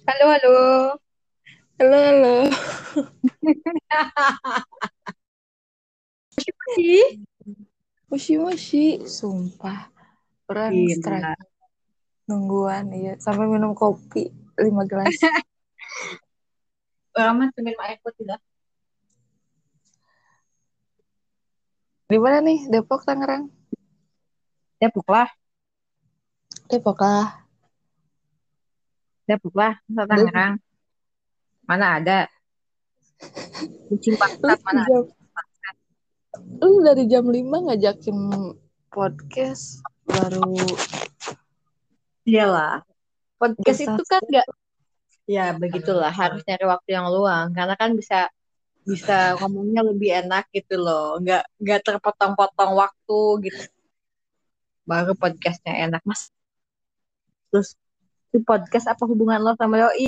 Halo, halo. Halo, halo. Ih, Mushi-mushi. Sumpah. Orang gila. strike nungguan ya. Sampai minum kopi 5 gelas. Orang mah minum air putih dah. Di mana nih? Depok, Tangerang? Depok lah, Depok lah. Depok lah, Nusa Lu, Tangerang. Mana ada kucing lu, bangsat, mana dari ada jam, kucing bangsat. lu dari jam 5 ngajakin podcast. Baru Iyalah, jam podcast itu setengah kan nggak, 10. ya begitulah, harus nyari waktu yang luang. Karena kan bisa bisa ngomongnya lebih enak gitu loh. Nggak terpotong-potong waktu gitu. Baru podcastnya enak, Mas. Terus, di podcast apa hubungan lo sama Doi?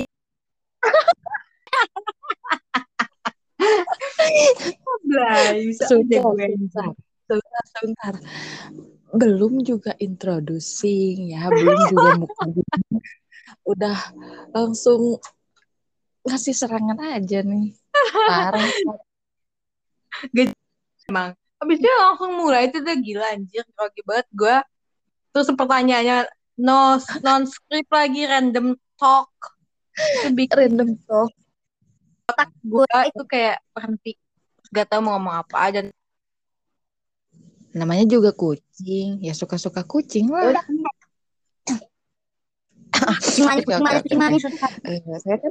Blay, bisa aja Sebentar, gue sebentar. anjing. Sebentar. Belum juga introducing ya. Belum juga muka. Udah langsung ngasih serangan aja nih. Parah. Gak emang. Habis itu langsung mulai itu udah gila anjir, grogi banget gue. Terus pertanyaannya non script lagi random talk. Itu bikin Random talk. gue itu kayak berhenti. Gak tau mau ngomong apa aja. Namanya juga kucing. Ya suka-suka kucing Ya lah. udah, Oke, kucing oke, manis, oke, kucing oke. manis udah. Saya kan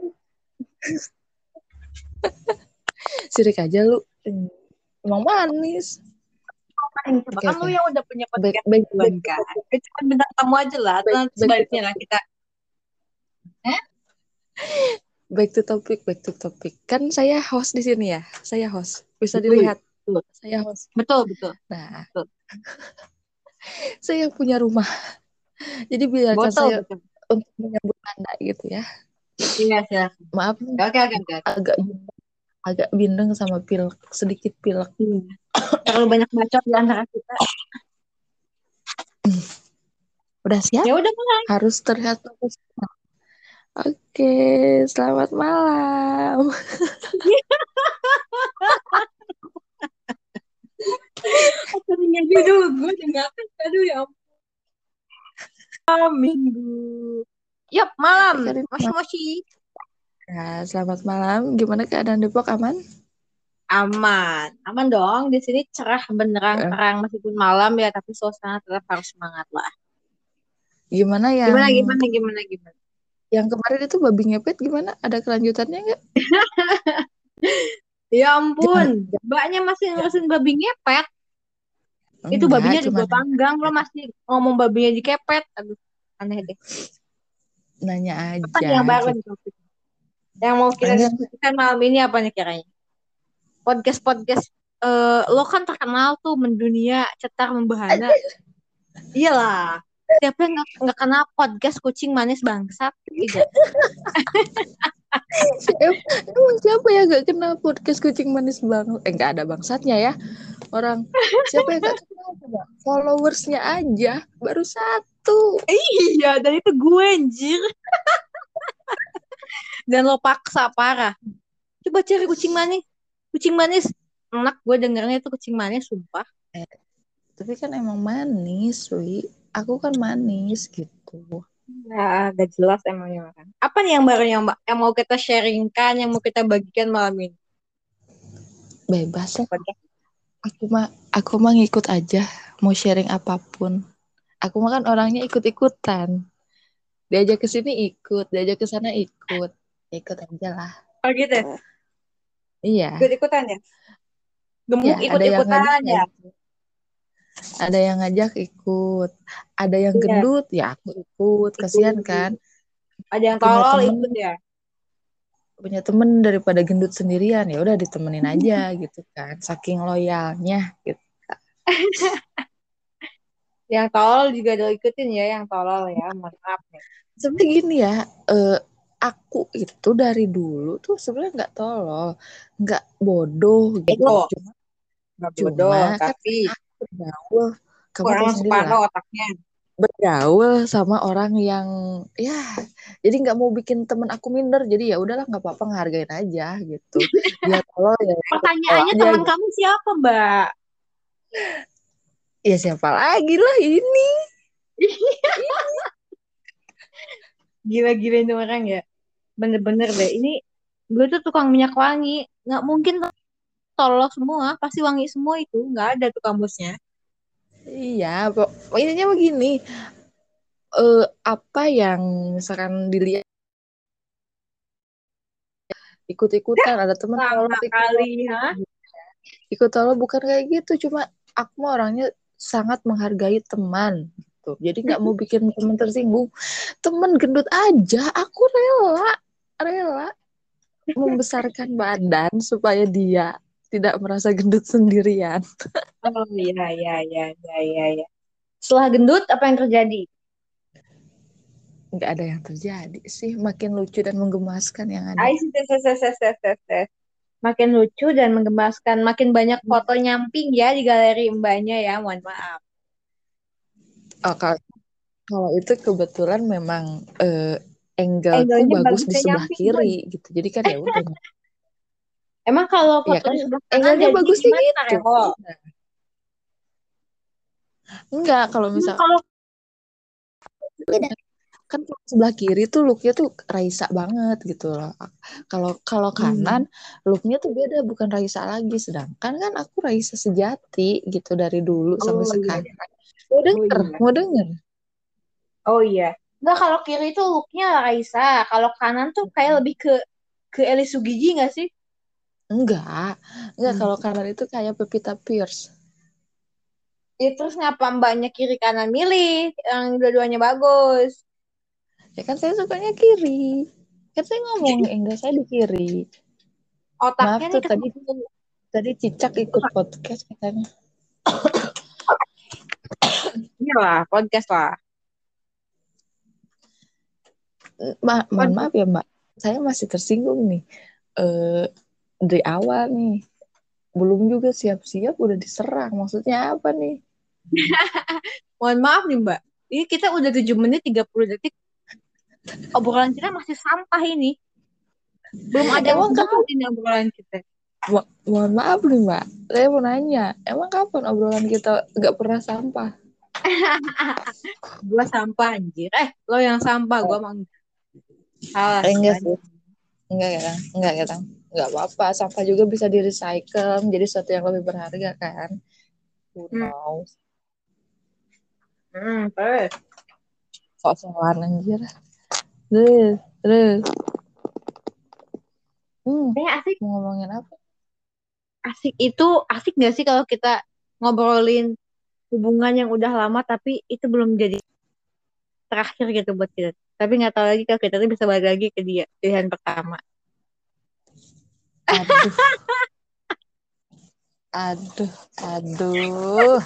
sirik aja lu. Emang manis. Coba Oke, kan lu oke. yang udah punya Back, podcast back, duluan back to kan. topic. Kita cuma bintang tamu aja lah. Back, Nanti back to sebaliknya lah topic. kita. Eh? Back to topic, back to topic. Kan saya host di sini ya. Saya host. Bisa Betul, dilihat. betul, Saya host. betul, betul, Nah, betul. saya punya rumah. Jadi biarkan Botol, saya betul. untuk menyambut Anda gitu ya. Iya, silakan. Maaf nih, Oke, oke, oke, oke. agak agak bindeng sama pilek, sedikit pilek. Iya. Terlalu banyak bacot di antara kita. Udah siap? Ya udah mulai. Harus terlihat profesional. Oke, selamat malam. Akhirnya dulu gue dengarkan. Aduh ya ampun, minggu. Yap, malam. Karin, Moshi-moshi. nah, selamat malam. Gimana keadaan Depok, aman? Aman. Aman dong. Di sini cerah benerang Eh, terang meskipun malam ya, tapi suasana tetap harus semangat lah. Gimana yang Gimana, gimana, gimana, gimana. kemarin itu babi ngepet gimana? Ada kelanjutannya nggak? Ya Jangan, ampun. Mbaknya masih ngurusin babi ngepet. Itu enggak, babinya udah cuma gue panggang. Lo masih ngomong babinya dikepet. Aduh, aneh deh. nanya Apa aja nih yang baru nih gitu. topik? Yang mau kita Enggak, diskusikan malam ini apa nih kiranya? Podcast-podcast. Lo kan terkenal tuh mendunia cetar membahana. Iyalah. Siapa yang nggak kenal podcast kucing manis bangsat? Tidak. emang siapa yang nggak kenal podcast kucing manis banget? Nggak ada bangsatnya ya. Orang siapa yang nggak kenal coba? Followersnya aja baru satu. Iya, dan itu gue anjir. Dan lo paksa parah. Coba cari kucing manis. Kucing manis. Enak gue dengernya itu kucing manis, sumpah. Eh, tapi kan emang manis, Wi. Aku kan manis gitu. Ya, gak jelas emangnya kan. Apa nih yang baru yang mau kita sharingkan, yang mau kita bagikan malam ini? Bebas lah. Podcast. Aku mah ngikut aja. Mau sharing apapun. Aku mah kan orangnya ikut-ikutan. Diajak ke sini ikut, diajak ke sana ikut. Ikut aja lah. Oh gitu ya? Iya. Ikut-ikutan ya? Ya, Gemuk ada yang ngajak ikut-ikutan ya ya? ikut. Ada yang ngajak ikut. Ada yang Iya, gendut, ya aku ikut. Kasihan kan? ikut. Ada yang Punya tolol temen, ikut ya? punya temen daripada gendut sendirian, ya udah ditemenin aja gitu kan. Saking loyalnya gitu. Yang tolol juga udah ikutin ya, yang tolol ya. Mohon maaf nih. Sebenarnya gini ya, aku itu dari dulu tuh sebenarnya nggak tolol, nggak bodoh gitu. Bodoh, Cuma, nggak cuma bodoh, kan tapi aku bergaul. Kamu tahu kurang sendiri lah. separuh otaknya. bergaul sama orang yang ya jadi nggak mau bikin temen aku minder, jadi ya udahlah nggak apa-apa ngehargain aja gitu, dia tolol ya tolol Pertanyaannya aja teman gitu. kamu siapa, Mbak? Ya siapa lagi lah ini. Gila-gila ini orang ya. Bener-bener deh. Ini gue tuh tukang minyak wangi. Nggak mungkin tolol semua. Pasti wangi semua itu. Nggak ada tuh kamusnya. Iya, intinya begini, apa yang misalkan dilihat ikut-ikutan ada temen tolol Sama ikut tolol, kali, ha? ikut tolol bukan kayak gitu, cuma aku mah orangnya sangat menghargai teman gitu, jadi nggak mau bikin teman tersinggung. Temen gendut aja aku rela rela membesarkan badan supaya dia tidak merasa gendut sendirian. Oh iya, iya, iya, iya, iya, iya. Setelah gendut, apa yang terjadi? Nggak ada yang terjadi sih, makin lucu dan menggemaskan yang ada. Ais, tes, tes, tes, tes, tes, tes, tes. Makin lucu dan menggemaskan. Makin banyak foto nyamping ya di galeri mbaknya ya. Mohon maaf. Oh, kalau itu kebetulan memang angleku Angle-nya bagus di bagusnya sebelah nyamping, boy. kiri gitu. Jadi kan ya udah. Emang kalau Ya foto kan di sebelah kanan angle-nya jadinya bagusnya gimana, gitu. Revo? Enggak, kalau Emang misal kalau kan kalau sebelah kiri tuh looknya tuh Raisa banget gitu loh. Kalau kalau kanan Hmm. looknya tuh beda, bukan Raisa lagi. Sedangkan kan aku Raisa sejati gitu dari dulu sampai Oh iya, sekarang. Mau oh denger? iya, Mau denger? oh iya. Enggak, kalau kiri itu looknya Raisa, kalau kanan tuh kayak lebih ke Eli Sugiji nggak sih? Enggak. Enggak, Hmm. kalau kanan itu kayak Pevita Pierce. Ya, terus ngapa mbaknya kiri kanan milih yang dua-duanya bagus? Ya kan saya sukanya kiri. Kan saya ngomong enggak, saya di kiri. Maaf Otaknya tuh nih tadi ketemu. tadi Cicak ikut podcast katanya. Iya lah, podcast lah. Mohon Podcast. maaf ya Mbak, saya masih tersinggung nih. Eh dari awal nih, belum juga siap-siap udah diserang. Maksudnya apa nih? Mohon maaf nih Mbak. Ini kita udah 7 menit 30 detik. Obrolan kita masih sampah ini. Belum ada yang Emang bobot kapan? ini obrolan kita. Mohon maaf nih Mbak, saya mau nanya, emang kapan obrolan kita nggak pernah sampah? Gua sampah anjir. Lo yang sampah. Gua emang salah Enggak semuanya. sih, enggak kan, enggak apa-apa. Sampah juga bisa di recycle menjadi sesuatu yang lebih berharga kan. Who Hmm. knows? Terus. Sok-sokan anjir. Terus. Kayaknya asik, Mau ngomongin apa? asik itu asik gak sih kalau kita ngobrolin hubungan yang udah lama tapi itu belum jadi terakhir gitu buat kita. Tapi nggak tahu lagi kalau kita tuh bisa balik lagi ke dia pilihan pertama. Aduh, aduh, aduh.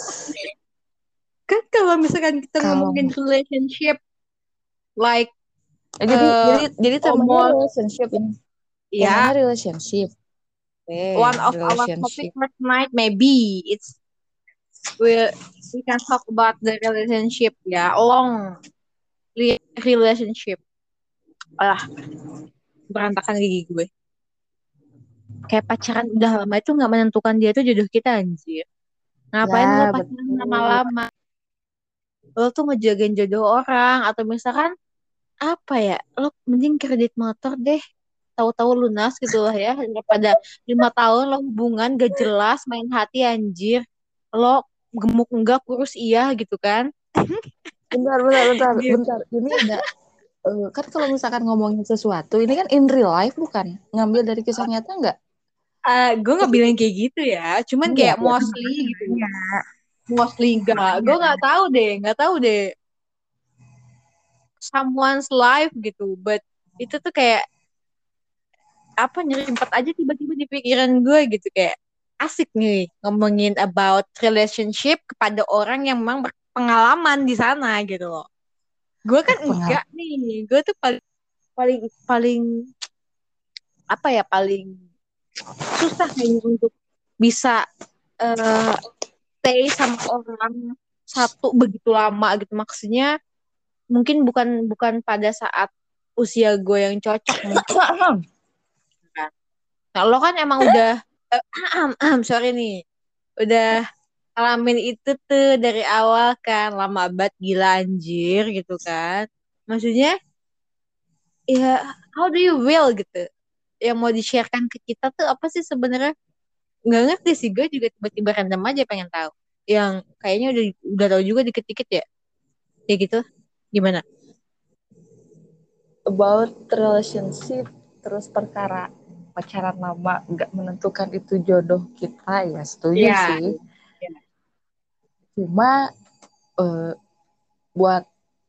Kan kalau misalkan kita Kalau ngomongin relationship like jadi temanya almost relationship ini. ya Temanya relationship. one of our topic Relationship. for tonight maybe it's we we can talk about the relationship ya long relationship. Ah, berantakan gigi gue. Kayak pacaran udah lama itu nggak menentukan dia tuh jodoh kita anjir. Ngapain lo Ya, pacaran betul. lama-lama? Lo tuh ngejagain jodoh orang atau misalkan apa ya? Lo mending kredit motor deh. Tahu-tahu lunas gitu lah ya daripada 5 tahun lo hubungan gak jelas main hati anjir. Lo gemuk enggak kurus iya gitu kan. Gitu. Bentar. Ini ada kan kalau misalkan ngomongin sesuatu, ini kan in real life bukan? Ngambil dari kisah nyata enggak? Gue nggak bilang kayak gitu ya, cuman kayak Enggak. Ya kan mostly gitu, mostly enggak. Gue nggak tahu deh someone's life gitu, but itu tuh kayak apa nyerimpet aja tiba-tiba di pikiran gue gitu kayak asik nih ngomongin about relationship kepada orang yang memang berpengalaman di sana gitu loh. Gue kan enggak berpengalaman. nih, gue tuh paling paling paling apa ya paling susah kayaknya untuk bisa eh, stay sama orang satu begitu lama gitu, maksudnya mungkin bukan pada saat usia gue yang cocok mungkin kan. Nah, lo kan emang udah sorry nih, udah ngalamin itu tuh dari awal kan, lama banget gila anjir gitu kan. Maksudnya ya how do you will gitu. Yang mau di-sharekan ke kita tuh apa sih sebenarnya? Nggak ngerti sih, gue juga tiba-tiba random aja pengen tahu. Yang kayaknya udah tahu juga dikit-dikit ya. Kayak gitu. Gimana? About relationship, terus perkara pacaran lama nggak menentukan itu jodoh kita, ya setuju Ya, sih. ya. Cuma eh, buat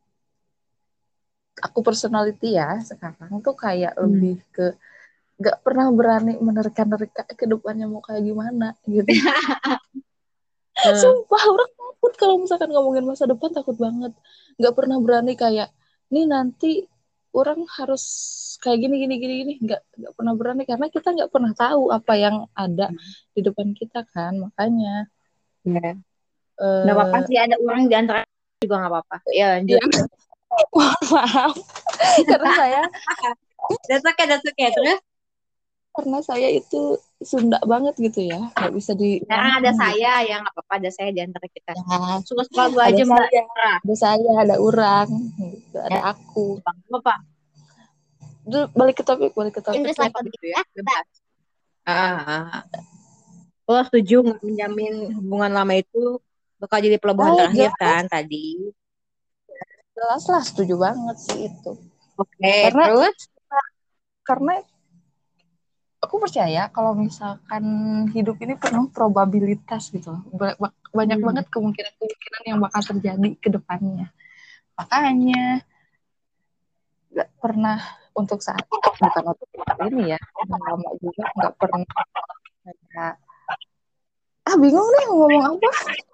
aku personality ya sekarang tuh kayak Hmm. lebih ke nggak pernah berani menerka-nerka ke depannya mau kayak gimana gitu. Hmm. Sumpah orang takut kalau misalkan ngomongin masa depan, takut banget. Nggak pernah berani kayak nih nanti orang harus kayak gini gini gini gini. Nggak pernah berani karena kita nggak pernah tahu apa yang ada di depan kita kan, makanya Ya. Nggak apa-apa eh sih, ada orang di antara juga nggak apa-apa. Ya lanjut. ya maaf karena saya That's okay. Terus karena saya itu Sunda banget gitu ya, nggak bisa sekarang ada dihilangin gitu. saya, ya nggak apa-apa, ada saya di antara kita. Ya, Suka-suka gue ada aja mbak. saya, Nah, ada orang, gitu, ada ya, aku. bang, apa? Dulu balik ke Interest topiknya. level gitu ya, bebas. Ah. Lo setuju nggak menjamin hubungan lama itu bakal jadi pelabuhan Ah, terakhir kan jelas, tadi? jelas lah, setuju banget sih itu. Oke, Karena terus? karena aku percaya kalau misalkan hidup ini penuh probabilitas gitu loh. Banyak Hmm. banget kemungkinan-kemungkinan yang bakal terjadi ke depannya. Makanya nggak pernah untuk saat bukan untuk saat ini ya, udah lama juga nggak pernah kayak bingung nih mau ngomong apa.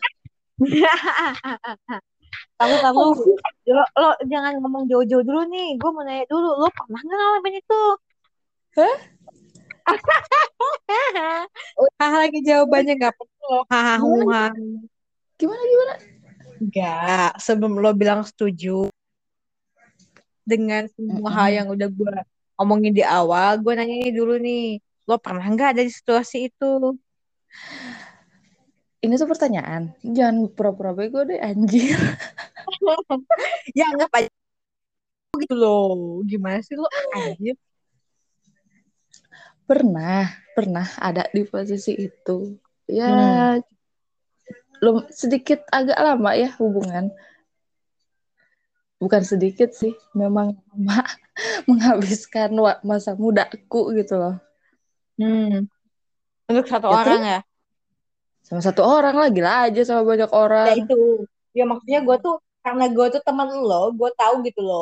Tahu-tahu lo jangan ngomong jauh-jauh dulu nih. Gue mau nanya dulu, lo pernah nggak ngalamin itu? Hah? Oh, Hahaha, lagi jawabannya nggak perlu lo. Hahaha, gimana huha. gimana gimana? Enggak, sebelum lo bilang setuju dengan semua hal Mm-mm. yang udah gue omongin di awal, gue nanya ini dulu nih. Lo pernah nggak ada di situasi itu? Ini tuh pertanyaan. Jangan pura-pura bego deh anjir. Ya anggap aja gitu loh. Gimana sih lo? Anjir. Pernah ada di posisi itu. Ya, Hmm. sedikit agak lama ya hubungan. Bukan sedikit sih, memang lama menghabiskan masa mudaku gitu loh. Hmm. Untuk satu Ya orang terus ya. sama satu orang lah, gila aja sama banyak Ya orang. itu. Ya maksudnya gue tuh, karena gue tuh teman lo, gue tahu gitu loh.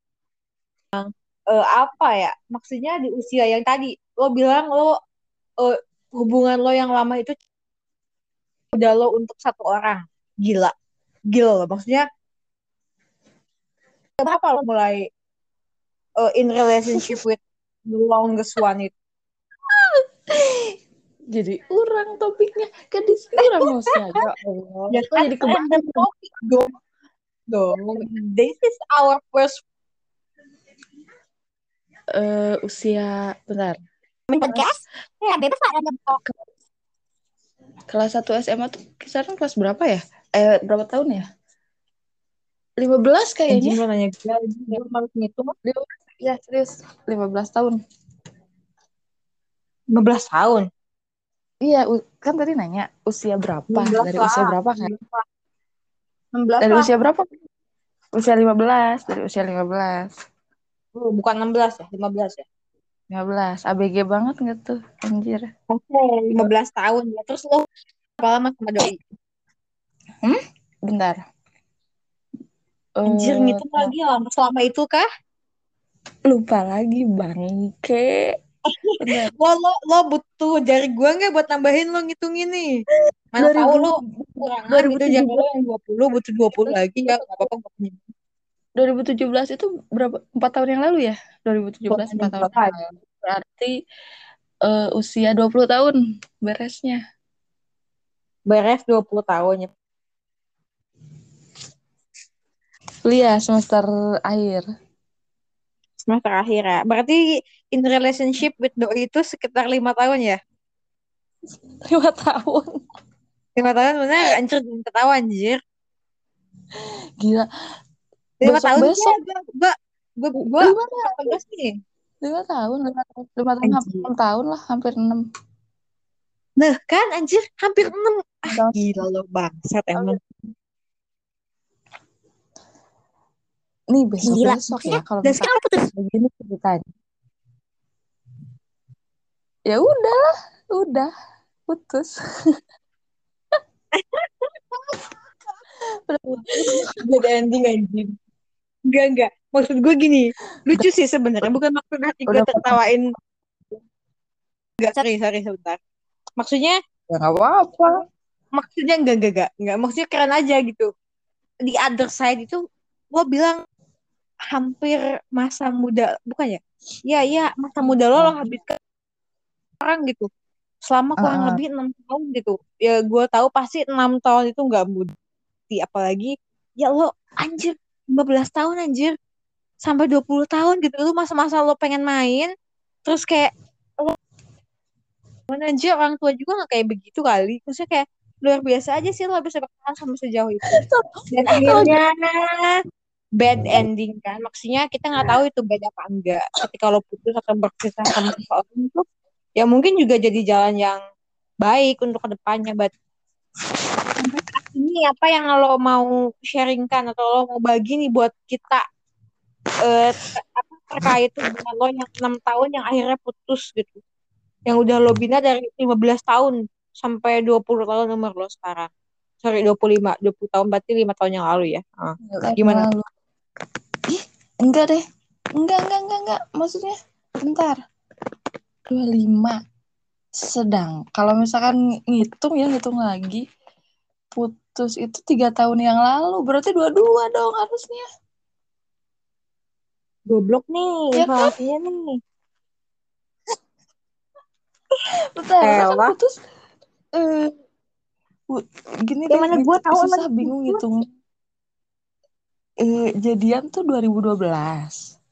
Apa ya? Maksudnya di usia yang tadi, lo bilang lo eh, hubungan lo yang lama itu udah lo untuk satu orang. Gila. Gila loh. Maksudnya, kenapa lo mulai in relationship with the longest one itu? Jadi orang topiknya kan di sini orang hostnya, ya Allah. Ya Kok kan jadi random kebalik? topic dong. This is our first Usia bentar. Kelas podcast. Ya bebas lah random talk. kelas 1 SMA tuh kisaran kelas berapa ya? Berapa tahun ya? 15 Anjing kayaknya. lo nanya gue malu ngitung. Ya, serius. 15 tahun. 15 tahun. Iya, kan tadi nanya usia berapa? 16 Dari usia lah. berapa kan? 16 Dari lah. usia berapa? Usia 15. Dari usia 15. Bukan 16 ya, 15 ya. 15. ABG banget nggak tuh? Anjir. Oke, 15 tahun ya. Terus lo berapa lama sama doi? Hmm? Bentar. Anjir Eh, ngitung lagi lama selama itu kah? lupa lagi bangke. Bentar. Lo butuh jari gua nggak buat nambahin lo ngitungin nih. Mana tahu 2000, lo kurangan gitu, jari lo 2017. yang 20 butuh 20 lagi ya. Gak apa-apa gua punya. 2017 itu berapa? 4 tahun yang lalu ya? 2017 Bukannya 4 tahun berapa yang aja. lalu. Berarti usia 20 tahun beresnya. Beres 20 tahun ya. kuliah semester akhir. Semester akhir ya. Berarti in relationship with doi itu sekitar 5 tahun ya? 5 tahun. 5 tahun bener, anjir jangan ketawa anjir. Gila. 5 tahun ya, Besok-besok gue 18 nih. 5 tahun, 5 tahun hampir Anjir. 6 tahun lah, hampir 6. Nah kan anjir, hampir 6. Tahun. Gila lo bangsat emang. Nih Gila. besok-besok ya, kalau Dan misalkan sekarang putus. begini ceritanya. Ya udahlah, udah putus. Udah putus. Bad ending anjing. Enggak. Maksud gue gini. Lucu sih sebenarnya. Bukan maksud hati gue Udah potong. tertawain. Enggak, sorry sebentar. Maksudnya, Ya nggak apa-apa. enggak. Maksudnya keren aja gitu. Di other side itu, gue bilang hampir masa muda. Bukan ya? Iya, masa muda lo habiskan sekarang gitu. Selama kurang Heeh. lebih 6 tahun gitu. Ya gue tahu pasti 6 tahun itu nggak mudah. Apalagi, ya lo anjir, 15 tahun anjir. Sampai 20 tahun gitu. Lu masa-masa lo pengen main. Terus kayak, lo anjir orang tua juga nggak kayak begitu kali. Maksudnya kayak, luar biasa aja sih lo bisa bertahan sampai sejauh itu. Dan akhirnya bad ending kan. Maksudnya kita nggak tahu itu bad apa enggak. Ketika lo putus atau berpisah sama seseorang itu, ya mungkin juga jadi jalan yang baik untuk kedepannya. But sampai saat ini apa yang lo mau sharingkan atau lo mau bagi nih buat kita terkait hubungan lo yang 6 tahun yang akhirnya putus gitu. Yang udah lo bina dari 15 tahun sampai 20 tahun umur lo sekarang. Sorry, 20 tahun berarti 5 tahun yang lalu ya. Gimana? Lalu. Ih, enggak deh. Enggak. Maksudnya, bentar. 25. Sedang, kalau misalkan ngitung lagi, putus itu 3 tahun yang lalu. Berarti 22 dong harusnya. Goblok nih Ya kan? informasinya nih. Bentar, kan Elah. putus. eh Gini Yang deh, mana gue tahu susah lagi bingung putus. ngitung. Jadian tuh 2012.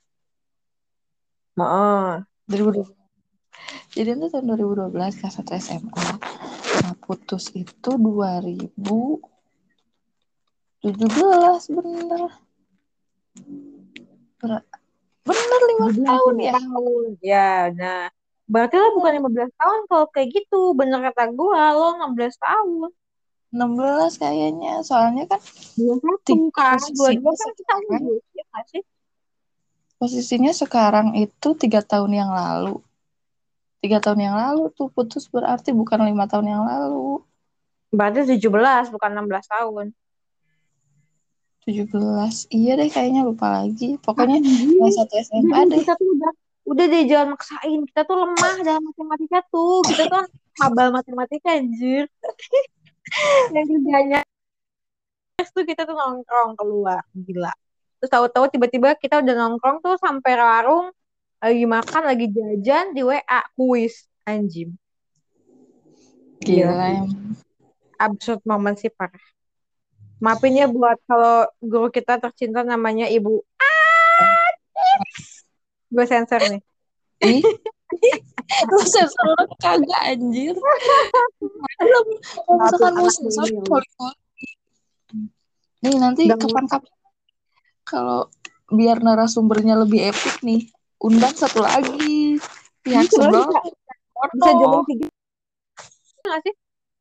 Heeh. 2012. Jadian tuh tahun 2012 kelas 1 SMA. Nah, putus itu 2017, bener. Bener 5 17 tahun 5 ya? tahun. Ya, nah. Berarti lo bukan 15 tahun kalau kayak gitu. Bener kata gue, lo 16 tahun. 16 kayaknya. Soalnya kan 21 kan. 22 posisinya kan kita sekarang, lulus. Ya nggak sih? posisinya sekarang itu 3 tahun yang lalu. 3 tahun yang lalu tuh putus, berarti bukan 5 tahun yang lalu. Berarti 17 bukan 16 tahun. 17. Iya deh, kayaknya lupa lagi. Ah, Pokoknya anjing. kelas 1 Udah SMA deh, deh. kita tuh udah deh jangan maksain. Kita tuh lemah dalam matematika tuh. Kita tuh mabal matematika anjir. Yang kerjanya tuh kita tuh nongkrong keluar. Gila. Terus tahu-tahu tiba-tiba kita udah nongkrong tuh sampai warung. Lagi makan, lagi jajan di WA. Kuis. Anjim. Gila Gila sih. em. Absurd momen sih parah. Maafin ya buat kalau guru kita tercinta namanya Ibu. Gue sensor nih. Ih, lu sensor lu kagak anjir. Belum, kalau Maafin misalkan mau anak sensor, ini. nih nanti Gak mau. kapan-kapan kalau biar narasumbernya lebih epic nih, undang satu lagi Ini pihak sebenarnya sebelah bisa foto. join 3 nggak sih?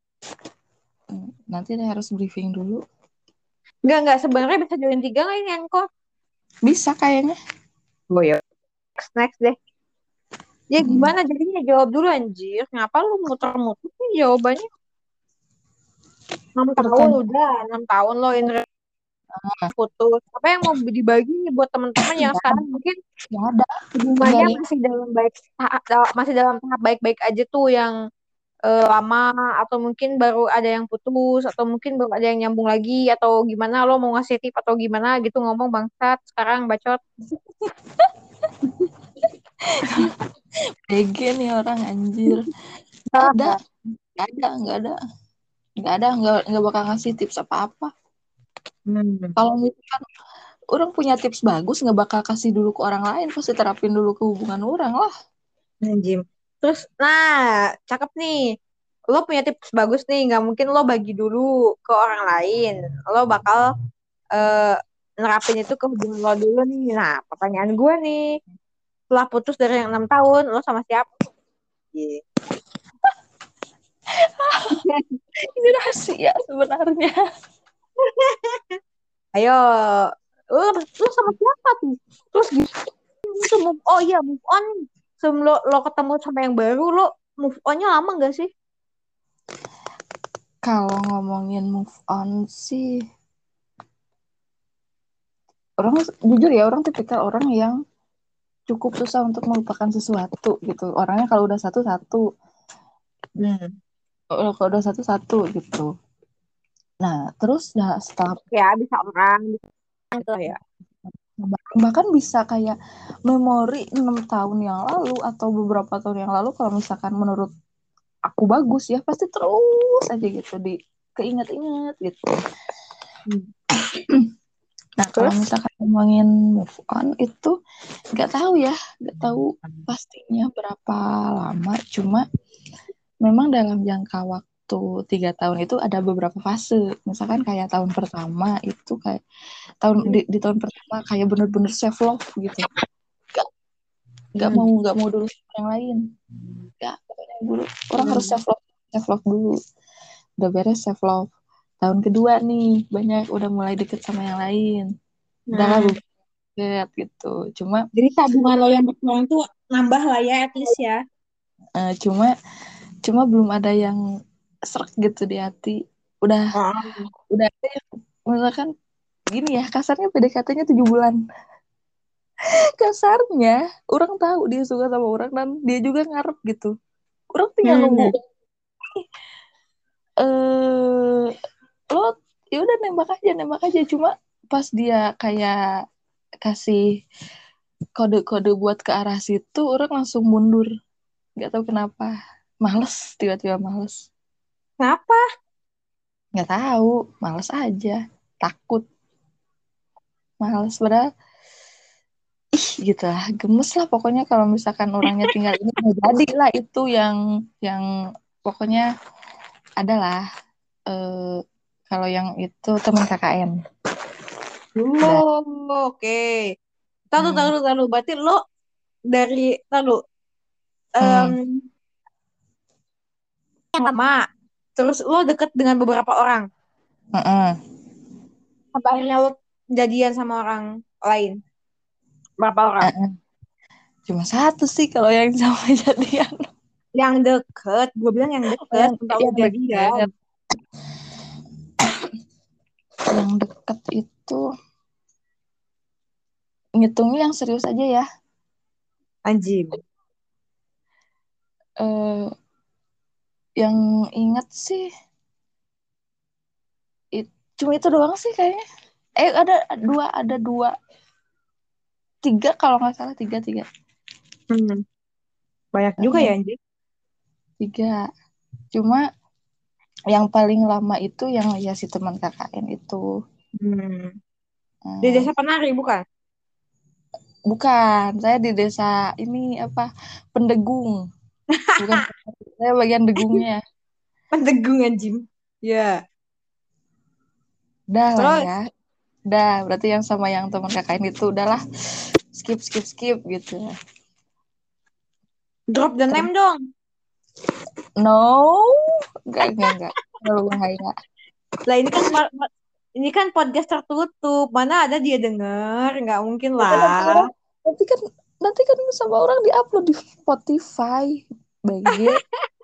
Nanti deh harus briefing dulu. Enggak. Sebenarnya bisa join 3 nggak ini Anko? Bisa kayaknya. Oh ya. Next deh. Ya Hmm. gimana jadinya jawab dulu anjir. Ngapa lu muter-muter sih jawabannya? 6 tahun Pertanyaan. udah. 6 tahun lo in putus. Apa yang mau dibagi nih buat teman-teman yang sekarang mungkin Nggak ada. Nggak hubungannya ada. masih dalam tahap baik-baik aja tuh yang lama atau mungkin baru ada yang putus atau mungkin baru ada yang nyambung lagi atau gimana lo mau ngasih tip atau gimana gitu ngomong bangsat sekarang bacot. PG nih orang anjir. Nggak ada. Ah, Nggak ada. Nggak bakal ngasih tips apa-apa. hmm. Kalau misalkan orang punya tips bagus nggak bakal kasih dulu ke orang lain, pasti terapin dulu ke hubungan orang lah. Anjim. Terus, nah, cakep nih. Lo punya tips bagus nih, nggak mungkin lo bagi dulu ke orang lain. Lo bakal eh, nerapin itu ke hubungan lo dulu nih. Nah, pertanyaan gue nih, setelah putus dari yang 6 tahun, lo sama siapa? Iya. Ini rahasia sebenarnya. Ayo, lo sama siapa tuh? Terus gitu move, oh iya move on. Sebelum lo ketemu sama yang baru, lo move onnya lama gak sih? Kalau ngomongin move on sih, orang jujur ya, orang tipikal orang yang cukup susah untuk melupakan sesuatu gitu. Orangnya kalau udah satu satu, Hmm. kalau udah satu satu gitu. Nah, terus setelah Ya, bisa orang, bisa gitu ya. bahkan bisa kayak memori 6 tahun yang lalu atau beberapa tahun yang lalu, kalau misalkan menurut aku bagus ya, pasti terus aja gitu di keinget-inget gitu. Hmm. Nah, kalau Terus? misalkan ngomongin move on itu nggak tahu ya, nggak tahu pastinya berapa lama. Cuma memang dalam jangka waktu 3 tahun itu ada beberapa fase. Misalkan kayak tahun pertama itu kayak di tahun pertama kayak bener-bener self love gitu. Nggak Hmm. nggak mau dulu sama yang lain. Nggak, pokoknya dulu orang harus Hmm. self love dulu. Udah beres self love. Tahun kedua nih banyak udah mulai deket sama yang lain. Udahlah Hmm. deket gitu. Cuma Jadi tabungan lo yang berkurang tuh nambah lah ya, at least ya. eh, cuma cuma belum ada yang serak gitu di hati. Udah Oh. udah ada yang misalkan gini ya, kasarnya PDKT-nya 7 bulan. Kasarnya orang tahu dia suka sama orang dan dia juga ngarep gitu. Orang tinggal nunggu. Hmm. Eh lo ya udah nembak aja. Cuma pas dia kayak kasih kode-kode buat ke arah situ, orang langsung mundur. Nggak tahu kenapa. Males, tiba-tiba males. Kenapa? Nggak tahu, males aja. Takut, males. Padahal, ih gitu lah. Gemes lah pokoknya kalau misalkan orangnya tinggal ini. Nggak jadi lah itu yang pokoknya adalah kalau yang itu teman KKN. Dan, Oh, oke. hmm, Tahu. Berarti lo dari, tahu, hmm, yang lama. Terus lo deket dengan beberapa orang. mm-mm, Sampai akhirnya lo jadian sama orang lain. Berapa orang? mm-mm. Cuma satu sih kalau yang sama jadian. Yang deket. Gue bilang yang deket. Yang, Sampai lo yang jadian. deket, yang deket itu ngitungnya yang serius aja ya. Anjim. eh yang ingat sih cuma itu doang sih kayaknya. Ada dua, tiga kalau nggak salah, tiga tiga. Hmm. Banyak juga ya Heeh, anjir. tiga. Cuma yang paling lama itu yang ya si teman KKN itu. Hmm. Di Hmm, desa penari bukan? bukan, saya di desa ini apa, Pendegung, bukan saya bagian degungnya. Pendegung anjim. Ya. Dah lah Terus ya, dah berarti yang sama yang teman KKN itu udahlah, skip skip skip gitu. drop the Terus name dong. no, enggak terlalu bahaya. Lah ini kan podcast tertutup. Mana ada dia denger? Nggak mungkin Tapi nanti lah. orang nanti kan nanti kan sama orang diupload di Spotify, BG.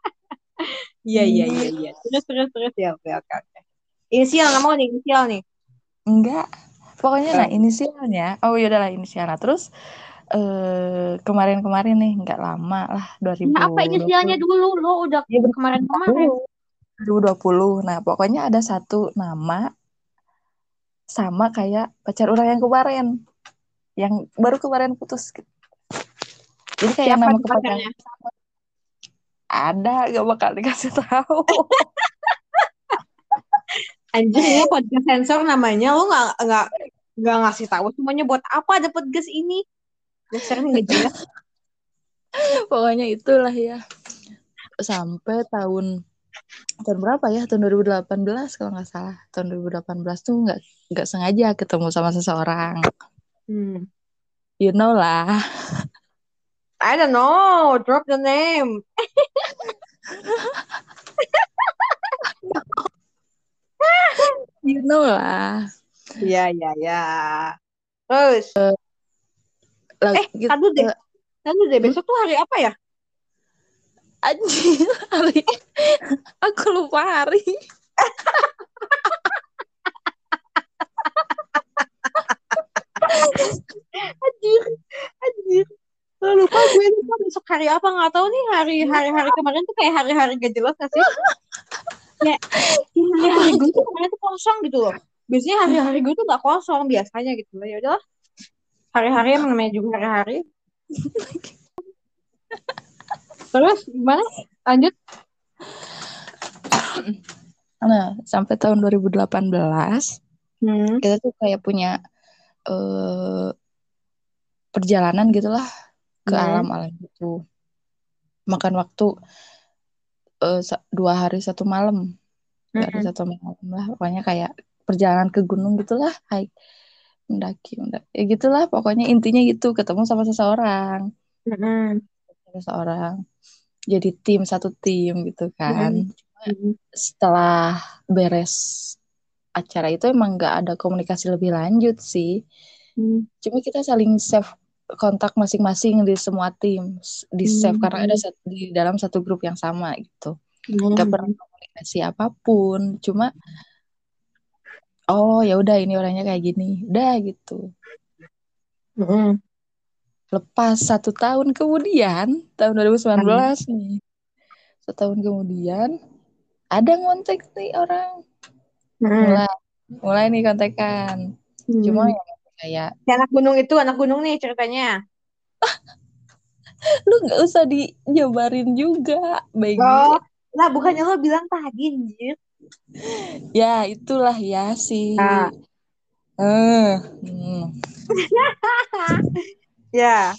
Iya. Terus ya. Oke. Inisial nggak mau nih inisial nih. Enggak. Pokoknya nah Eh, inisialnya. Oh ya udahlah inisial. Nah, terus kemarin-kemarin nih nggak lama lah Nah, apa inisialnya 2020. dulu? Lo udah Iya benar kemarin-kemarin. 2020. Nah, pokoknya ada satu nama sama kayak pacar orang yang kemarin, yang baru kemarin putus. Jadi kayak Siapa nama tuh kepanjangan pacarnya? ada, gak bakal dikasih tahu. Anjir, ini podcast sensor namanya. Lo nggak nggak ngasih tahu semuanya buat apa dapat gas ini. Dasarnya nggak jelas. Pokoknya itulah ya. Sampai tahun tahun berapa ya? Tahun 2018 kalau nggak salah. Tahun 2018 tuh nggak sengaja ketemu sama seseorang. Hmm. You know lah. I don't know, drop the name. You know lah. Iya, iya, iya. Terus, Lagi tadu deh. Tadu deh, besok tuh hari apa ya? anjing hari aku lupa hari. Anjir, anjir. Lupa gue lupa besok hari apa nggak tahu nih hari kemarin tuh kayak hari-hari gak jelas gak sih? Kayak hari-hari gue tuh kemarin tuh kosong gitu loh. Biasanya hari-hari gue tuh gak kosong biasanya gitu loh. Ya udahlah, hari-hari emang namanya juga hari-hari. Terus gimana? Lanjut. Nah, sampai tahun 2018 Hmm. kita tuh kayak punya eh, perjalanan gitulah ke Hmm. alam-alam gitu. Makan waktu 2 hari 1 malam, 2 hari Hmm. 1 malam lah. Pokoknya kayak perjalanan ke gunung gitulah, hike, mendaki. Ya gitulah, pokoknya intinya gitu, ketemu sama seseorang, Hmm. seseorang. Jadi satu tim gitu kan. Hmm. Hmm. Setelah beres acara itu emang nggak ada komunikasi lebih lanjut sih. Hmm. Cuma kita saling save kontak masing-masing di semua tim, di save karena ada Hmm. di dalam satu grup yang sama gitu. Gak pernah Hmm. komunikasi apapun, cuma oh ya udah ini orangnya kayak gini, udah gitu. Hmm. Lepas 1 tahun kemudian, tahun 2019 nih, 1 tahun kemudian ada ngontek nih orang, Hmm. mulai mulai nih kontekan. Cuma Hmm. ya kayak Si anak gunung nih ceritanya. lu nggak usah dijabarin juga, Oh, Begi. lah bukannya lo bilang tadi, anjir. Ya itulah ya Ah, eh hmm. ya.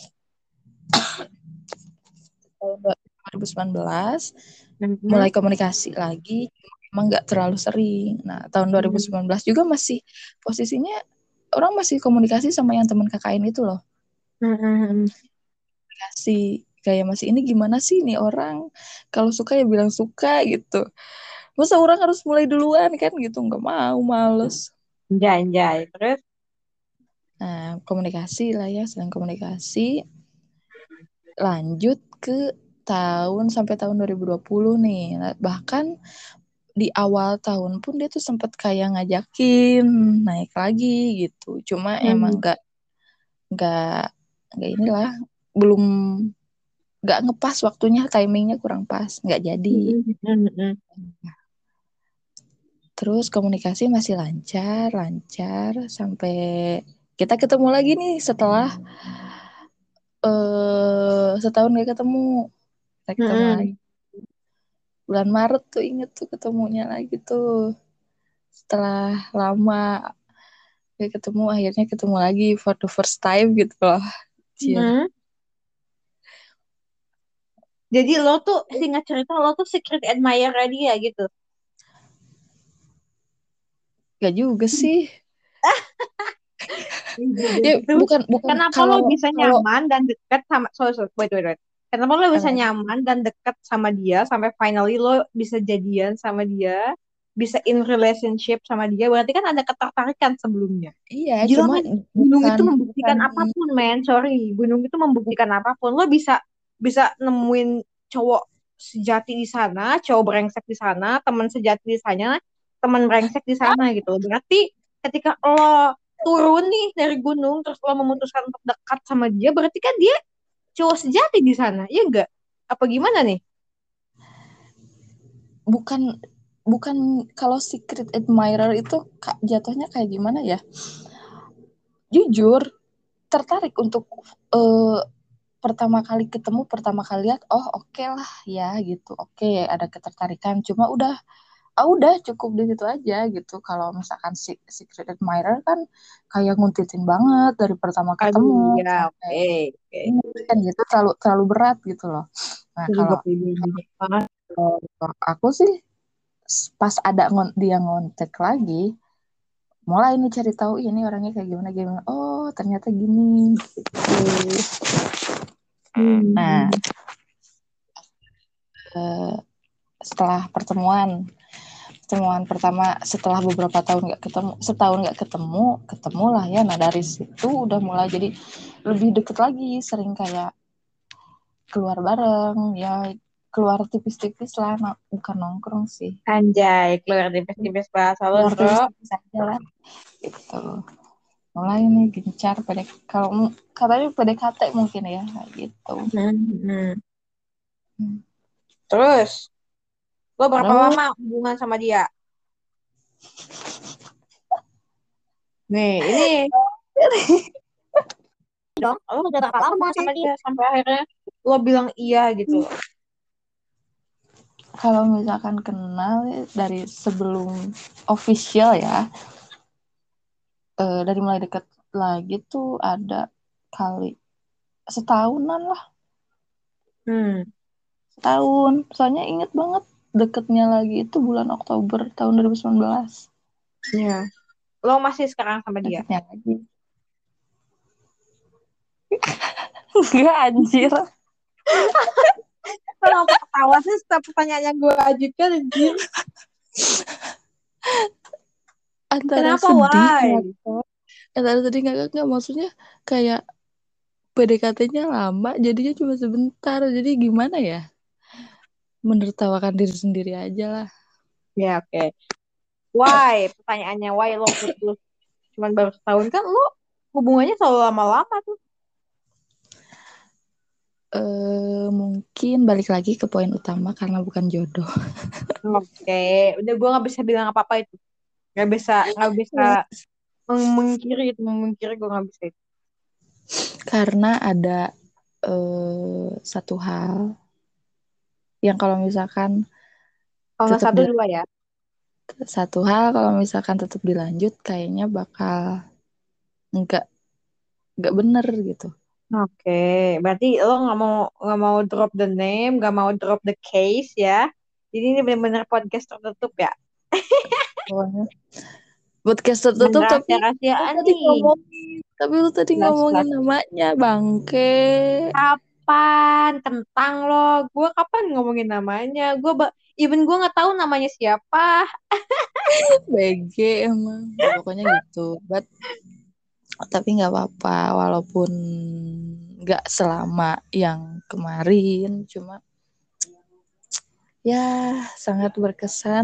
Tahun 2019 mulai Mhm. komunikasi lagi, emang nggak terlalu sering. Nah, tahun Mhm. 2019 juga masih posisinya orang masih komunikasi sama yang teman KKN itu loh. Mhm. Komunikasi kayak masih ini gimana sih nih orang, kalau suka ya bilang suka gitu. Masa orang harus mulai duluan kan gitu, nggak mau, males. Anjay, anjay. Terus? Nah, komunikasi lah ya, sedang komunikasi. Lanjut ke sampai tahun 2020 nih. Nah, bahkan di awal tahun pun dia tuh sempet kayak ngajakin naik lagi gitu. Cuma emang Mhm. nggak nggak inilah, belum nggak ngepas waktunya, timingnya kurang pas, nggak jadi. Mhm. Mhm. Terus komunikasi masih lancar lancar sampai kita ketemu lagi nih setelah 1 tahun gak ketemu. Kita ketemu Mhm. lagi bulan Maret tuh, inget tuh ketemunya lagi tuh setelah lama gak ketemu, akhirnya ketemu lagi for the first time gitu loh. Cier. Mhm. Jadi lo tuh singkat cerita lo tuh secret admirer dia gitu. Gak juga sih. Juga Ya gitu. bukan bukan Kenapa lo kalau bisa kalau nyaman dan dekat sama sorry, sorry, wait, wait, wait. Kenapa lo bisa uh, nyaman dan dekat sama dia sampai finally lo bisa jadian sama dia, bisa in relationship sama dia, berarti kan ada ketertarikan sebelumnya. iya Gila cuma men, gunung bukan itu bukan membuktikan apapun men, sorry, gunung itu membuktikan apapun. Lo bisa bisa nemuin cowok sejati di sana, cowok brengsek di sana, teman sejati di sana, teman brengsek di sana gitu. Berarti ketika lo turun nih dari gunung terus lo memutuskan untuk dekat sama dia, berarti kan dia cowok sejati di sana, iya enggak? Apa gimana nih? bukan bukan kalau secret admirer itu jatuhnya kayak gimana ya, jujur tertarik untuk eh, pertama kali ketemu, pertama kali lihat, oh oke lah ya gitu, oke ada ketertarikan, cuma udah udah cukup di situ aja gitu. Kalau misalkan si secret admirer kan kayak nguntitin banget dari pertama Aduh, ketemu ya sampai oke. Oke. ini kan gitu terlalu terlalu berat gitu loh. Nah Itu juga kalau pribadi banget. aku sih pas ada dia ngontek lagi, mulai nih cari tahu ini orangnya kayak gimana gimana. Oh ternyata gini gitu. Nah Hmm. eh, setelah pertemuan pertemuan pertama setelah beberapa tahun nggak ketemu, setahun nggak ketemu, ketemulah ya. Nah dari situ udah mulai jadi lebih deket lagi, sering kayak keluar bareng ya, keluar tipis-tipis lah, bukan nongkrong sih, Anjay, keluar tipis-tipis bahasa lo, keluar bro. tipis-tipis aja lah gitu. Mulai nih gencar kalau katanya PDKT mungkin ya kayak gitu. Hmm. Terus, lo berapa Terus lama hubungan sama dia? Nih, ini dong, lo udah berapa lama sama dia sampai akhirnya lo bilang iya gitu loh. kalau misalkan kenal ya, dari sebelum official ya, dari mulai deket lagi tuh ada kali setahunan lah, Hmm, setahun. Soalnya inget banget deketnya lagi itu bulan Oktober tahun 2019. ya. Lo masih sekarang sama dia? Deketnya lagi. Enggak anjir. Kenapa ketawa sih setiap pertanyaan yang gue ajukan, anjir? Antara Kenapa, sedih why? ngakak. Antara sedih ngakak maksudnya kayak PDKT-nya lama jadinya cuma sebentar. Jadi gimana ya? Menertawakan diri sendiri aja lah. Ya, oke. Why? Pertanyaannya, why lo putus? Cuman baru setahun kan lo hubungannya selalu lama-lama tuh. Mungkin balik lagi ke poin utama karena bukan jodoh. Oke, udah gue nggak bisa bilang apa-apa itu. Nggak bisa memungkiri itu, memungkiri gue nggak bisa itu. Karena ada satu hal yang kalau misalkan Kalau nggak tetap satu dua ya. satu hal kalau misalkan tetap dilanjut kayaknya bakal nggak nggak bener gitu. Oke, berarti lo nggak mau drop the name, nggak mau drop the case ya. Jadi ini benar-benar podcast tertutup ya. Pokoknya podcast Dan tertutup lu rahasia-rahasiaan tadi nih. ngomongin tapi lu tadi ngomongin Jelas-jelas. namanya bangke. Kapan? Tentang lo. Gue kapan ngomongin namanya? Even gue nggak tahu namanya siapa. BG emang ya pokoknya gitu but tapi nggak apa-apa walaupun nggak selama yang kemarin cuma ya sangat berkesan.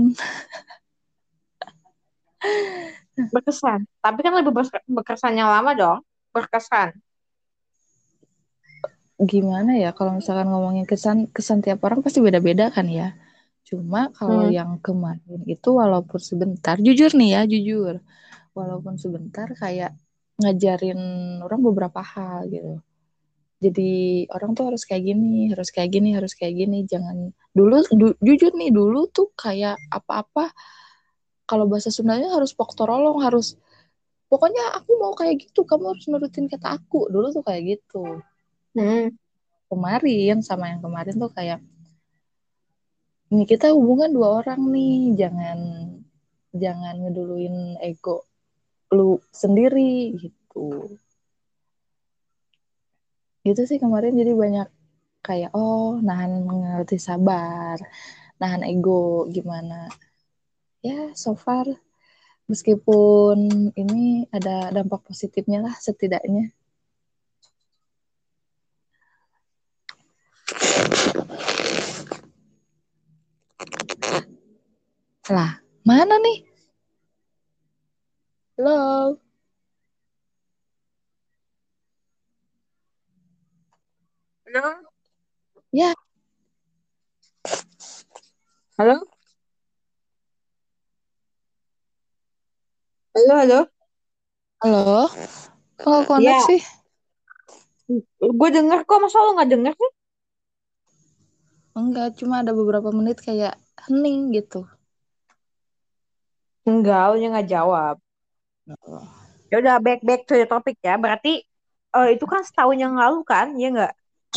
Berkesan. Tapi kan lebih berkesan yang lama dong. Berkesan. Gimana ya kalau misalkan ngomongin kesan kesan tiap orang pasti beda-beda kan ya. Cuma kalau Hmm. yang kemarin itu walaupun sebentar, jujur nih ya, jujur. Walaupun sebentar kayak ngajarin orang beberapa hal gitu. Jadi orang tuh harus kayak gini, harus kayak gini, harus kayak gini. Jangan dulu jujur nih dulu tuh kayak apa-apa kalau bahasa Sundanya harus poktorolong, harus pokoknya aku mau kayak gitu, kamu harus nurutin kata aku. Dulu tuh kayak gitu. Hmm. Kemarin sama yang kemarin tuh kayak ini kita hubungan dua orang nih, jangan jangan ngeduluin ego lu sendiri gitu. Gitu sih kemarin jadi banyak kayak oh nahan mengerti sabar, nahan ego gimana. Ya so far meskipun ini ada dampak positifnya lah setidaknya. Lah, mana nih? Halo. Halo? Ya, Halo? Halo, halo? halo. Kok nggak connect Iya, sih? gue denger kok. Masa lo nggak denger sih? Enggak, cuma ada beberapa menit kayak hening gitu. Enggak, lu nggak jawab. Ya udah back to the topic ya. Berarti itu kan setahun yang lalu kan, ya nggak?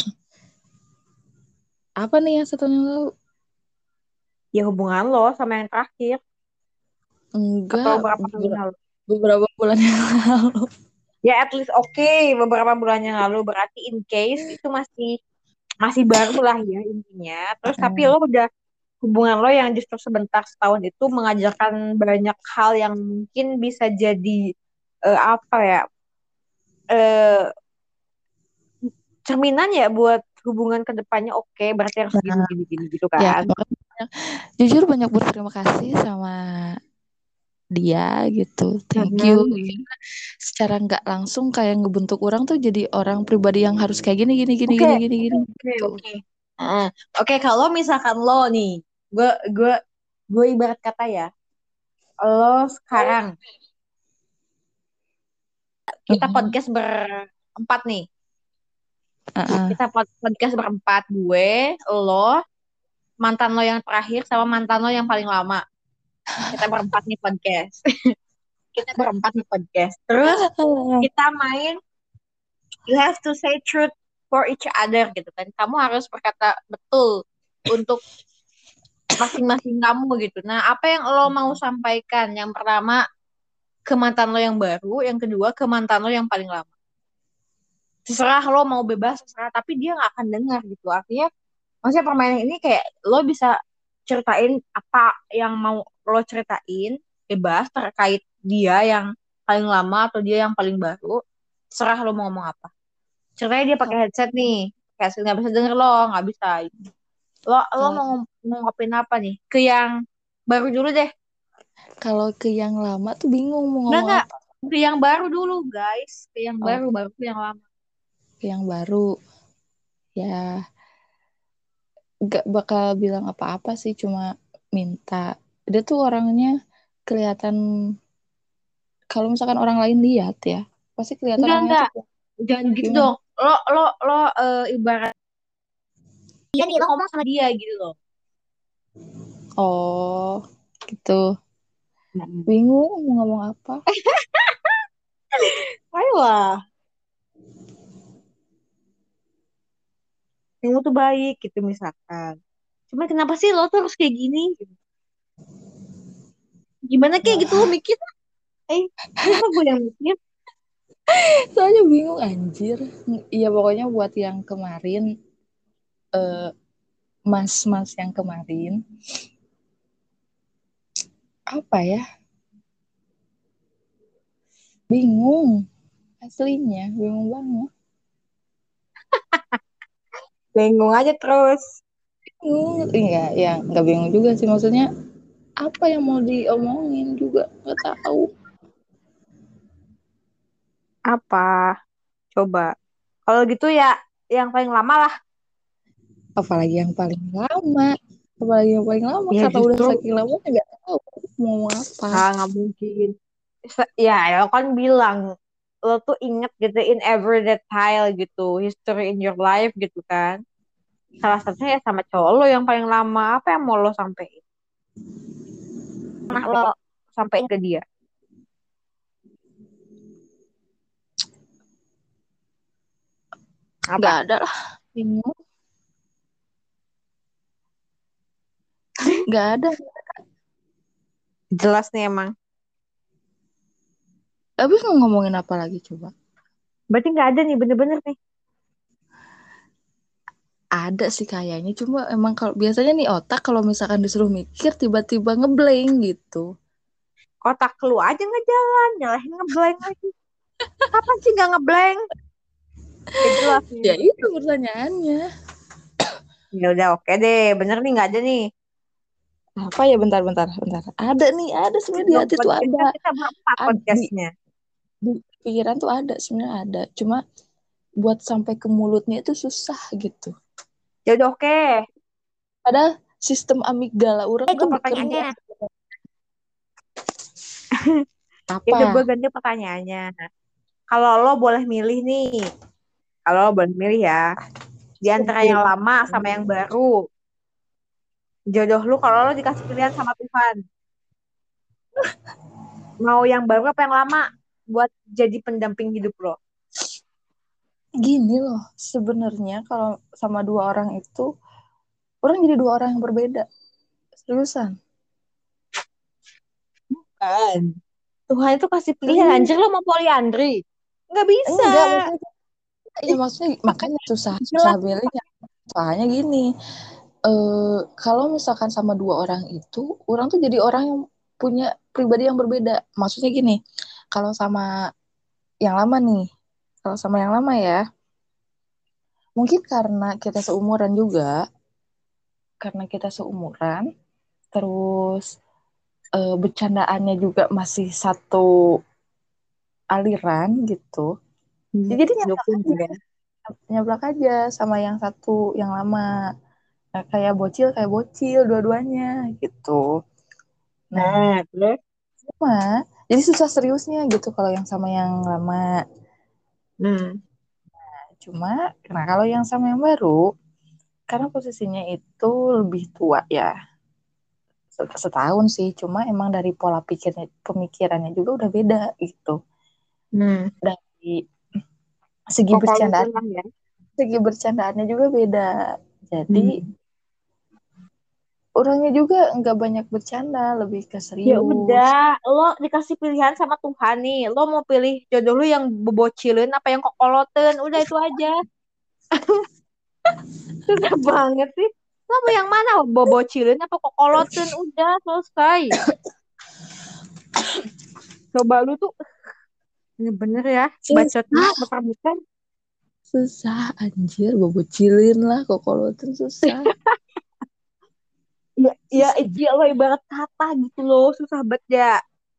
Apa nih yang satu yang lalu? Ya hubungan lo sama yang terakhir atau Enggak, berapa tahun yang lalu? beberapa bulan yang lalu. Ya at least oke, beberapa bulan yang lalu berarti in case itu masih masih baru lah ya intinya. Terus tapi lo udah hubungan lo yang justru sebentar setahun itu mengajarkan banyak hal yang mungkin bisa jadi apa ya eh, cerminan ya buat hubungan kedepannya. Oke, berarti harus gini Nah, gini gini gitu ya kan. makanya jujur banyak berterima kasih sama dia gitu. Thank you. Mhm. Secara nggak langsung kayak ngebentuk orang tuh jadi orang pribadi yang harus kayak gini gini gini Oke, gini gini gini oke, gitu. oke. Oke, kalau misalkan lo nih, gue gue gue ibarat kata ya, lo sekarang kita Mhm. podcast berempat nih. Uh-uh. Kita podcast berempat, gue, lo, mantan lo yang terakhir sama mantan lo yang paling lama. Kita berempat nih podcast. Kita berempat nih podcast. Terus kita main you have to say truth for each other gitu kan. Kamu harus berkata betul untuk masing-masing kamu gitu. Nah, apa yang lo mau sampaikan? Yang pertama ke mantan lo yang baru, yang kedua ke mantan lo yang paling lama. Terserah lo mau bebas, terserah, tapi dia nggak akan dengar gitu. Artinya, maksudnya permainan ini kayak lo bisa ceritain apa yang mau lo ceritain, bebas terkait dia yang paling lama atau dia yang paling baru. Terserah lo mau ngomong apa. Ceritanya dia pakai headset nih, kayak nggak bisa denger lo, nggak bisa. Lo Kalau mau ngomongin apa nih? Ke yang baru dulu deh. kalau ke yang lama tuh bingung mau ngomong Enggak. apa. Ke yang baru dulu, guys. Ke yang Oh, baru, baru ke yang lama. ke yang baru ya gak bakal bilang apa-apa sih, cuma minta. Dia tuh orangnya kelihatan, kalau misalkan orang lain lihat ya, pasti kelihatan orangnya Enggak. tuh Jangan gitu gimana? dong. Lo ibarat dia nih, lo ngomong sama dia gitu loh. Oh, gitu. Hmm. Bingung mau ngomong apa. Ayolah, kamu tuh baik gitu misalkan. Cuma kenapa sih lo tuh harus kayak gini? Gimana kayak gitu lo Nah, mikir? Masa gue yang mikir? soalnya bingung anjir. Iya pokoknya buat yang kemarin, eh, mas-mas yang kemarin, apa ya? Bingung. Aslinya bingung banget. Bengong aja terus. Bingung. Iya, ya nggak bingung juga sih, maksudnya apa yang mau diomongin juga nggak tahu. Apa? Coba. Kalau gitu ya yang paling lama lah. Apalagi yang paling lama. Apalagi yang paling lama Ya karena udah justru saking lama nggak tahu mau ngomong apa. nggak mungkin. Ya, ya lo kan bilang lo tuh inget gitu in every detail gitu, history in your life gitu kan. Salah satunya ya sama cowok lo yang paling lama. Apa yang mau lo sampein? Pernah lo sampein ke dia? Nggak Apa? ada lah. Bingung. Nggak ada. Jelas nih emang. Habis mau ngomongin apa lagi coba? Berarti nggak ada nih bener-bener nih. Ada sih kayaknya, cuma emang kalau biasanya nih otak kalau misalkan disuruh mikir tiba-tiba ngeblank gitu. Kotak lu aja nggak jalan, nyalahin ngeblank lagi. Kapan sih nggak ngeblank? Gak jelas nih Ya berarti. itu pertanyaannya. Ya udah oke deh, bener nih nggak ada nih. Apa ya, bentar-bentar, bentar. Ada nih, ada sebenarnya di Dong hati tuh podcast ada. kan kita berempat Di, podcastnya. di pikiran tuh ada, sebenarnya ada. Cuma buat sampai ke mulutnya itu susah gitu. Ya udah oke. Padahal sistem amigdala orang Gue tuh bekerja. pertanyaannya. Ya udah gue Apa? ganti pertanyaannya. Kalau lo boleh milih nih, kalau lo boleh milih ya, di antara yang Sebelum lama sama yang baru, jodoh lu kalau lo dikasih pilihan sama Tuhan, Mau yang baru apa yang lama buat jadi pendamping hidup lo? Gini loh, sebenarnya kalau sama dua orang itu, orang jadi dua orang yang berbeda. Seriusan. Kan. Tuhan itu kasih pilihan. Serius. Anjir lo mau poliandri? Nggak bisa. Enggak, maksudnya, ya Ih, maksudnya makanya susah, susah jelas. milihnya. Soalnya gini, kalau misalkan sama dua orang itu, orang tuh jadi orang yang punya pribadi yang berbeda. Maksudnya gini, kalau sama yang lama nih, kalau sama yang lama ya, mungkin karena kita seumuran, terus bercandaannya juga masih satu aliran gitu. Jadi Dukun juga. nyablak aja sama yang satu yang lama. Nah, kayak bocil dua-duanya gitu. Nah, Nah, terus? cuma jadi susah seriusnya gitu kalau yang sama yang lama. Hmm. Cuma, nah kalau yang sama yang baru, karena posisinya itu lebih tua ya, setahun sih. Cuma emang dari pola pikirnya, pemikirannya juga udah beda gitu. Hmm. Dari segi Kok kalau bercandaan, pulang ya? segi bercandaannya juga beda. Jadi Hmm. orangnya juga nggak banyak bercanda, lebih ke Ya serius. udah, lo dikasih pilihan sama Tuhan nih. Lo mau pilih jodoh lo yang bebocilin apa yang kokoloten? Udah itu aja. Susah banget sih. Lo mau yang mana? Bebocilin apa kokoloten? Udah selesai. Coba lu tuh bener-bener ya. Bacotnya Susah, muter-muter. susah anjir, bobocilin lah kok kalau itu susah. Ya, ya Susah. itu ya lo ibarat kata gitu loh. Susah banget ya.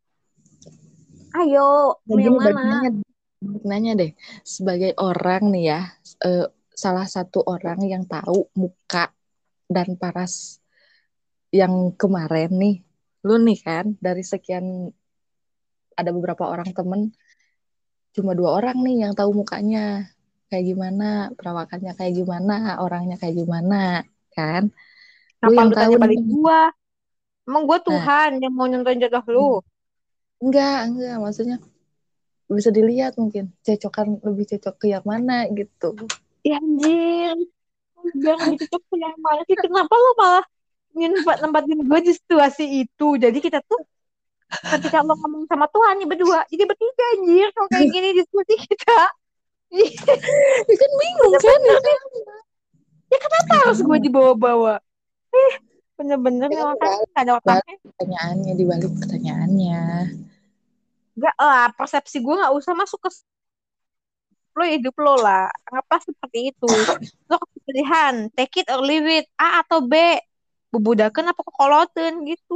Ayo, Nah, mau yang gini mana? balik nanya deh, sebagai orang nih ya, eh, salah satu orang yang tahu muka dan paras yang kemarin nih, lu nih kan, dari sekian ada beberapa orang temen, cuma dua orang nih yang tahu mukanya kayak gimana, perawakannya kayak gimana, orangnya kayak gimana, kan? Lu Kenapa yang lu tahu tanya nih. balik gua? Emang gua Nah, Tuhan yang mau nyontohin jodoh lu? enggak, maksudnya bisa dilihat mungkin cocokan lebih cocok ke yang mana gitu. Ya anjir. Biar lebih cocok ke yang mana sih? Kenapa lo malah nempatin gue di situasi itu? Jadi kita tuh ketika lo ngomong sama Tuhan nih berdua, jadi bertiga anjir. Kalau kayak gini diskusi kita. Ih, Ya kan bingung kan bener-bener ya nih. kan? Ya kenapa Ya harus kan? gue dibawa-bawa? Eh, bener-bener Ya nih kan orang dibalik, gak ada balik otaknya. pertanyaannya dibalik pertanyaannya. Gak lah, persepsi gue gak usah masuk ke lo hidup lo lah. Ngapa seperti itu? Lo kasih pilihan, take it or leave it, A atau B. Bebudakan apa kekoloten gitu.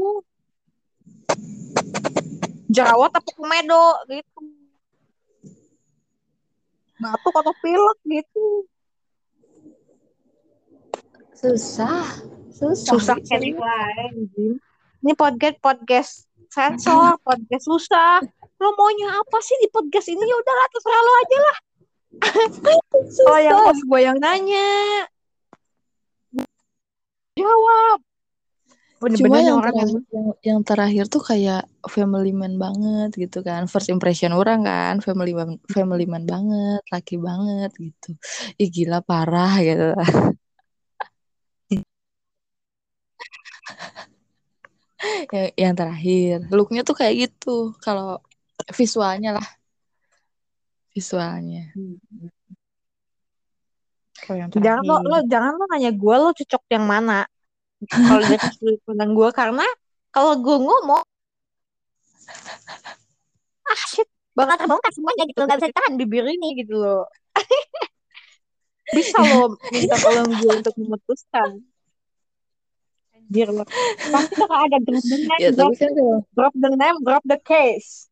Jerawat apa komedo gitu. Batuk atau pilek gitu. Susah, susah Susah Bi, kayak serius. lain, Jim. Ini podcast sensor, podcast susah. Lo maunya apa sih di podcast ini? Ya udahlah, terserah lo aja lah. Oh, yang Susah. host gue yang nanya. Jawab. Cuma Bener-bener nih yang orang terakhir, emang. yang terakhir tuh kayak family man banget gitu kan. First impression orang kan family man banget, laki banget gitu. Ih gila parah gitu. Yang terakhir, looknya tuh kayak gitu. Kalau visualnya lah, visualnya. Kalau yang Lo terakhir. jangan lo nanya gue lo cocok yang mana. Kalau dari sudut pandang gue karena kalau gue ngomong ah shit bakal terbongkar semuanya gitu nggak bisa ditahan bibir ini gitu loh. Bisa lo minta tolong gue untuk memutuskan. Anjir lo. Pasti bakal ada drop the name, Ya tapi kan kalau drop the name, drop the case.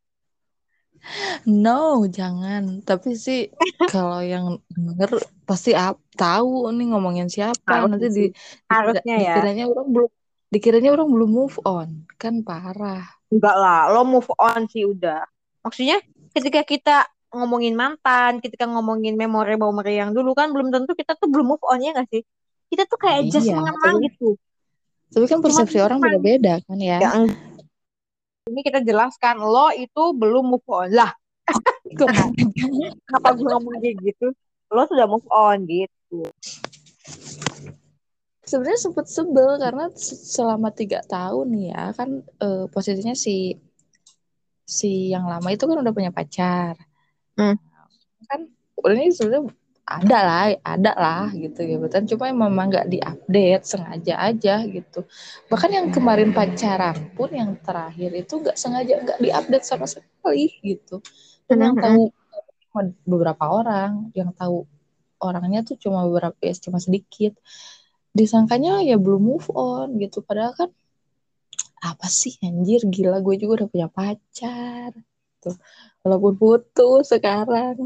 no, jangan. Tapi sih kalau yang denger pasti tahu nih ngomongin siapa. Nanti Harusnya sih. Harusnya ya. dikiranya orang belum move on. Kan parah. Enggak lah, lo move on sih udah. Maksudnya ketika kita ngomongin mantan, ketika ngomongin memori-memori yang dulu kan belum tentu kita tuh belum move on ya nggak sih? Kita tuh kayak just Iya, mengenang gitu. tapi kan Cuma persepsi orang teman. beda-beda kan ya. Ya ini kita jelaskan lo itu belum move on lah. Kenapa gue ngomong kayak gitu? Lo sudah move on gitu. Sebenarnya sempet sebel karena selama 3 tahun nih ya kan, posisinya si yang lama itu kan udah punya pacar Hmm. kan, udah ini sebenarnya ada lah gitu ya betul, cuma memang nggak diupdate sengaja aja gitu. Bahkan yang kemarin pacaran pun yang terakhir itu nggak sengaja, nggak diupdate sama sekali gitu. Dan yang tahu cuma beberapa orang, yang tahu orangnya tuh cuma beberapa ya, cuma sedikit. Disangkanya ya belum move on gitu, padahal kan apa sih anjir, gila gue juga udah punya pacar tuh, walaupun putus sekarang.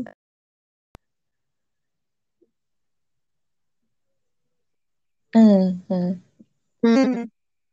Hmm, hmm. Hmm.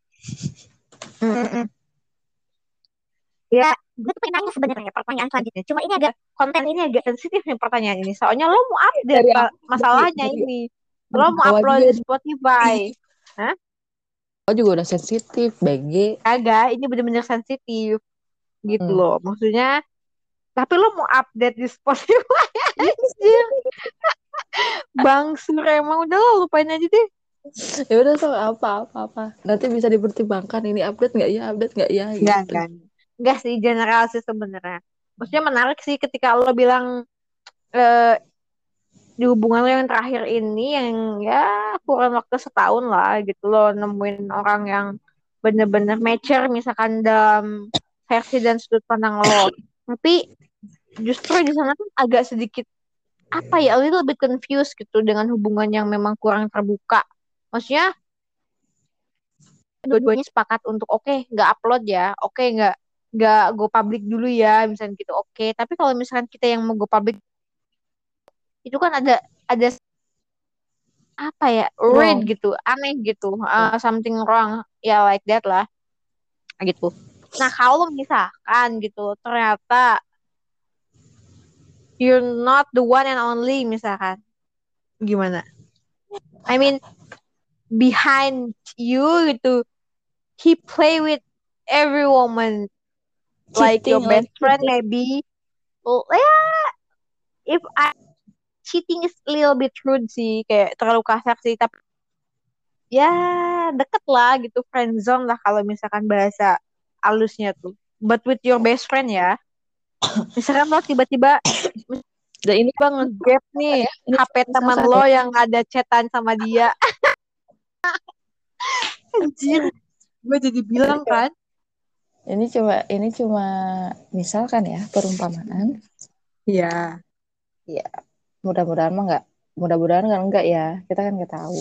Hmm. Ya, gue tuh pengen nanya sebenarnya pertanyaan selanjutnya. Cuma ini agak konten ini agak sensitif nih pertanyaan ini. Soalnya lo mau update Dari apa? masalahnya Dari ini. Lo dari mau awal upload juga di Spotify. Hah? aku juga udah sensitif BG. Agak, ini bener-bener sensitif gitu Hmm. loh. Maksudnya, tapi lo mau update di Spotify. Anjir, Bang Sur emang udah lo lupain aja deh. Ya udah, so apa nanti bisa dipertimbangkan, ini update nggak ya Enggak, gitu. enggak. Enggak sih, general sih sebenarnya. Maksudnya menarik sih ketika lo bilang eh, di hubungan lo yang terakhir ini yang ya kurang waktu setahun lah gitu lo nemuin orang yang bener-bener mature misalkan dalam versi dan sudut pandang lo. Tapi justru di sana tuh agak sedikit apa ya, a little bit confused gitu dengan hubungan yang memang kurang terbuka. Maksudnya dua-duanya sepakat untuk oke nggak upload ya, oke nggak go public dulu ya misalnya gitu, oke. Tapi kalau misalkan kita yang mau go public itu kan ada apa ya, weird Wrong. gitu, aneh gitu, something wrong ya, like that lah gitu. Nah kalau misalkan gitu ternyata you're not the one and only misalkan, gimana? I mean behind you gitu, he play with every woman like your Cheating or best friend maybe. Well, yeah, if I cheating is a little bit rude sih, kayak terlalu kasar sih, tapi ya deket lah gitu, friend zone lah kalau misalkan bahasa halusnya tuh. But with your best friend ya, misalkan lo tiba-tiba dan ini bang nge-gap nih ya, ini HP teman misalkan lo ya, yang ada chatan sama dia. Anjir, gue jadi bilang kan. ini cuma misalkan ya, perumpamaan. Iya. Ya mudah-mudahan mah nggak, mudah-mudahan kan enggak ya, kita kan nggak tahu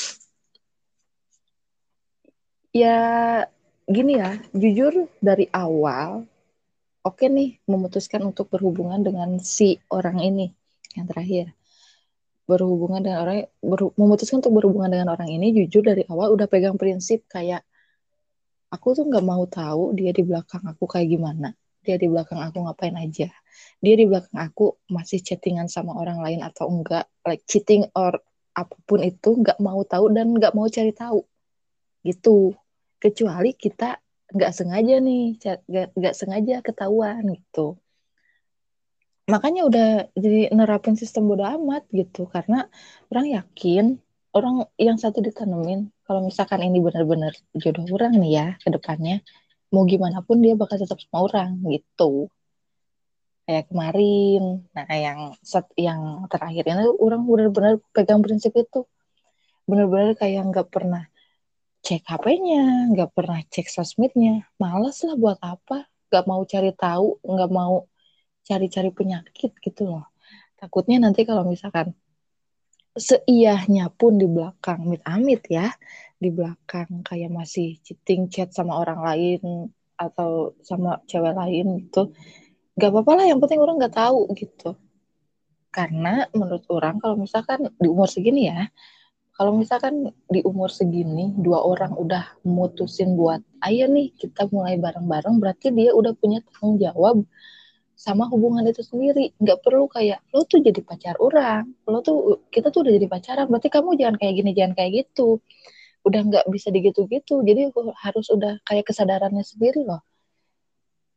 ya. Gini ya, jujur dari awal oke nih memutuskan untuk berhubungan dengan si orang ini yang terakhir, berhubungan dengan orang, memutuskan untuk berhubungan dengan orang ini, jujur dari awal udah pegang prinsip kayak aku tuh nggak mau tahu dia di belakang aku kayak gimana, dia di belakang aku ngapain aja, dia di belakang aku masih chattingan sama orang lain atau enggak, like cheating or apapun itu, nggak mau tahu dan nggak mau cari tahu gitu, kecuali kita nggak sengaja nih, nggak sengaja ketahuan gitu. Makanya udah jadi nerapin sistem bodo amat gitu, karena orang yakin orang yang satu ditanemin kalau misalkan ini benar-benar jodoh orang nih ya ke depannya, mau gimana pun dia bakal tetap sama orang gitu, kayak kemarin. Nah yang terakhir ini orang benar-benar pegang prinsip itu, benar-benar kayak nggak pernah cek HP-nya, nggak pernah cek sosmednya, malas lah buat apa, nggak mau cari tahu, nggak mau cari-cari penyakit gitu loh. Takutnya nanti kalau misalkan seiyahnya pun di belakang, amit-amit ya, di belakang kayak masih cheating chat sama orang lain atau sama cewek lain gitu, gak apa-apa lah, yang penting orang nggak tahu gitu. Karena menurut orang kalau misalkan di umur segini ya, kalau misalkan di umur segini dua orang udah mutusin buat ayo nih kita mulai bareng-bareng, berarti dia udah punya tanggung jawab sama hubungan itu sendiri. Nggak perlu kayak lo tuh jadi pacar orang, lo tuh, kita tuh udah jadi pacaran, berarti kamu jangan kayak gini, jangan kayak gitu. Udah nggak bisa digitu-gitu, jadi harus udah kayak kesadarannya sendiri loh.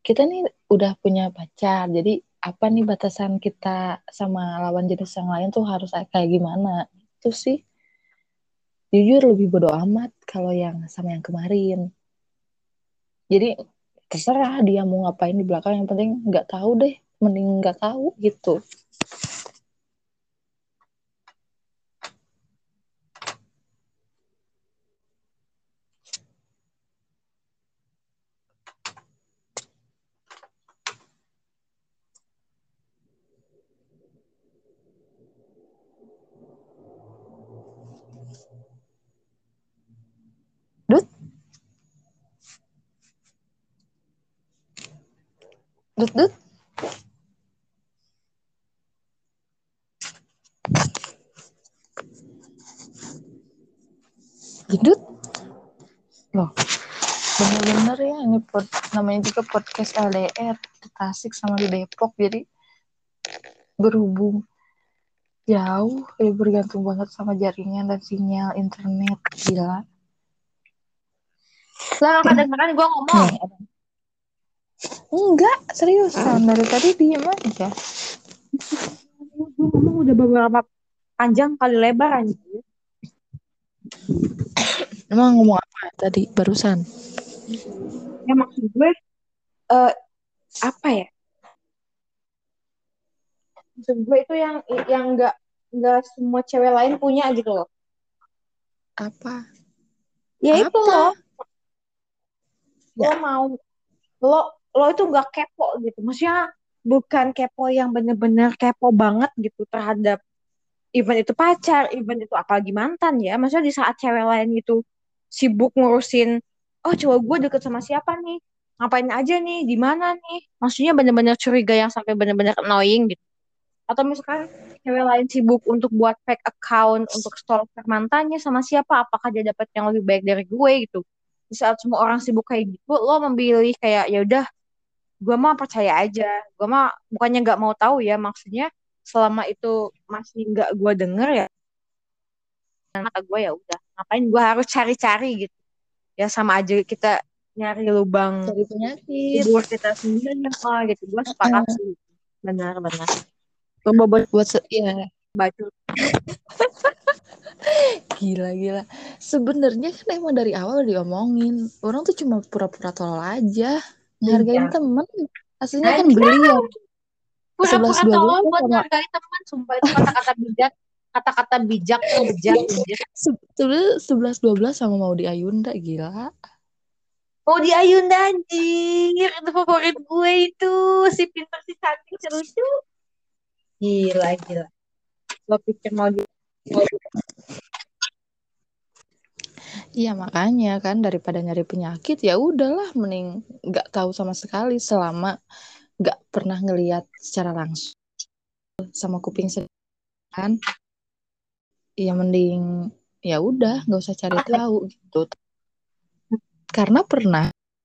kita nih udah punya pacar, jadi apa nih batasan kita sama lawan jenis yang lain tuh harus kayak gimana? Itu sih jujur lebih bodo amat kalau yang sama yang kemarin. Jadi terserah dia mau ngapain di belakang, yang penting nggak tahu deh, mending nggak tahu gitu. Dut, dut, dut, dut. Loh, bener-bener ya ini namanya juga podcast LDR di Tasik sama di Depok, jadi berhubung jauh ya bergantung banget sama jaringan dan sinyal internet. Gila. Lah kadang-kadang gue ngomong. Enggak, seriusan dari tadi diem aja. Gue ngomong udah beberapa panjang kali lebar anjir. Emang ngomong apa tadi barusan? Ya maksud gue eh apa ya? Maksud gue itu yang nggak semua cewek lain punya gitu loh. Apa? Ya itu Apa? loh, lo Ya, mau lo lo itu nggak kepo gitu. Maksudnya bukan kepo yang bener-bener kepo banget gitu terhadap event itu pacar, event itu apalagi mantan ya. Maksudnya di saat cewek lain itu sibuk ngurusin, oh cowok gue deket sama siapa nih, ngapain aja nih, di mana nih. Maksudnya bener-bener curiga yang sampai bener-bener annoying gitu. Atau misalkan cewek lain sibuk untuk buat fake account untuk stalker mantannya sama siapa, apakah dia dapat yang lebih baik dari gue gitu. Di saat semua orang sibuk kayak gitu, lo memilih kayak ya udah, gue mah percaya aja. Gue mah bukannya nggak mau tahu ya, maksudnya selama itu masih nggak gue denger ya, kata gue ya udah. Ngapain gue harus cari-cari gitu? Ya sama aja kita nyari lubang cari penyakit. kubur kita sendiri gitu. Gue sepakat sih, benar-benar. Coba Ya, baca. gila. Sebenarnya kan emang dari awal diomongin. Orang tuh cuma pura-pura tolol aja. Ngehargain Iya. temen. Aslinya kan Aja beliau pura-pura 11-12 tolol kan buat sama ngargai teman, sumpah itu kata-kata bijak yang bejat anjir. sebenarnya 11-12 sama mau di Ayunda, gila. Mau di Ayunda anjir, itu favorit gue itu, si pintar si cantik si lucu. Gila gila. Lo pikir mau di Iya makanya kan daripada nyari penyakit ya udahlah mending nggak tahu sama sekali selama nggak pernah ngelihat secara langsung sama kuping sendiri kan. Ya mending ya udah nggak usah cari tahu gitu. Karena pernah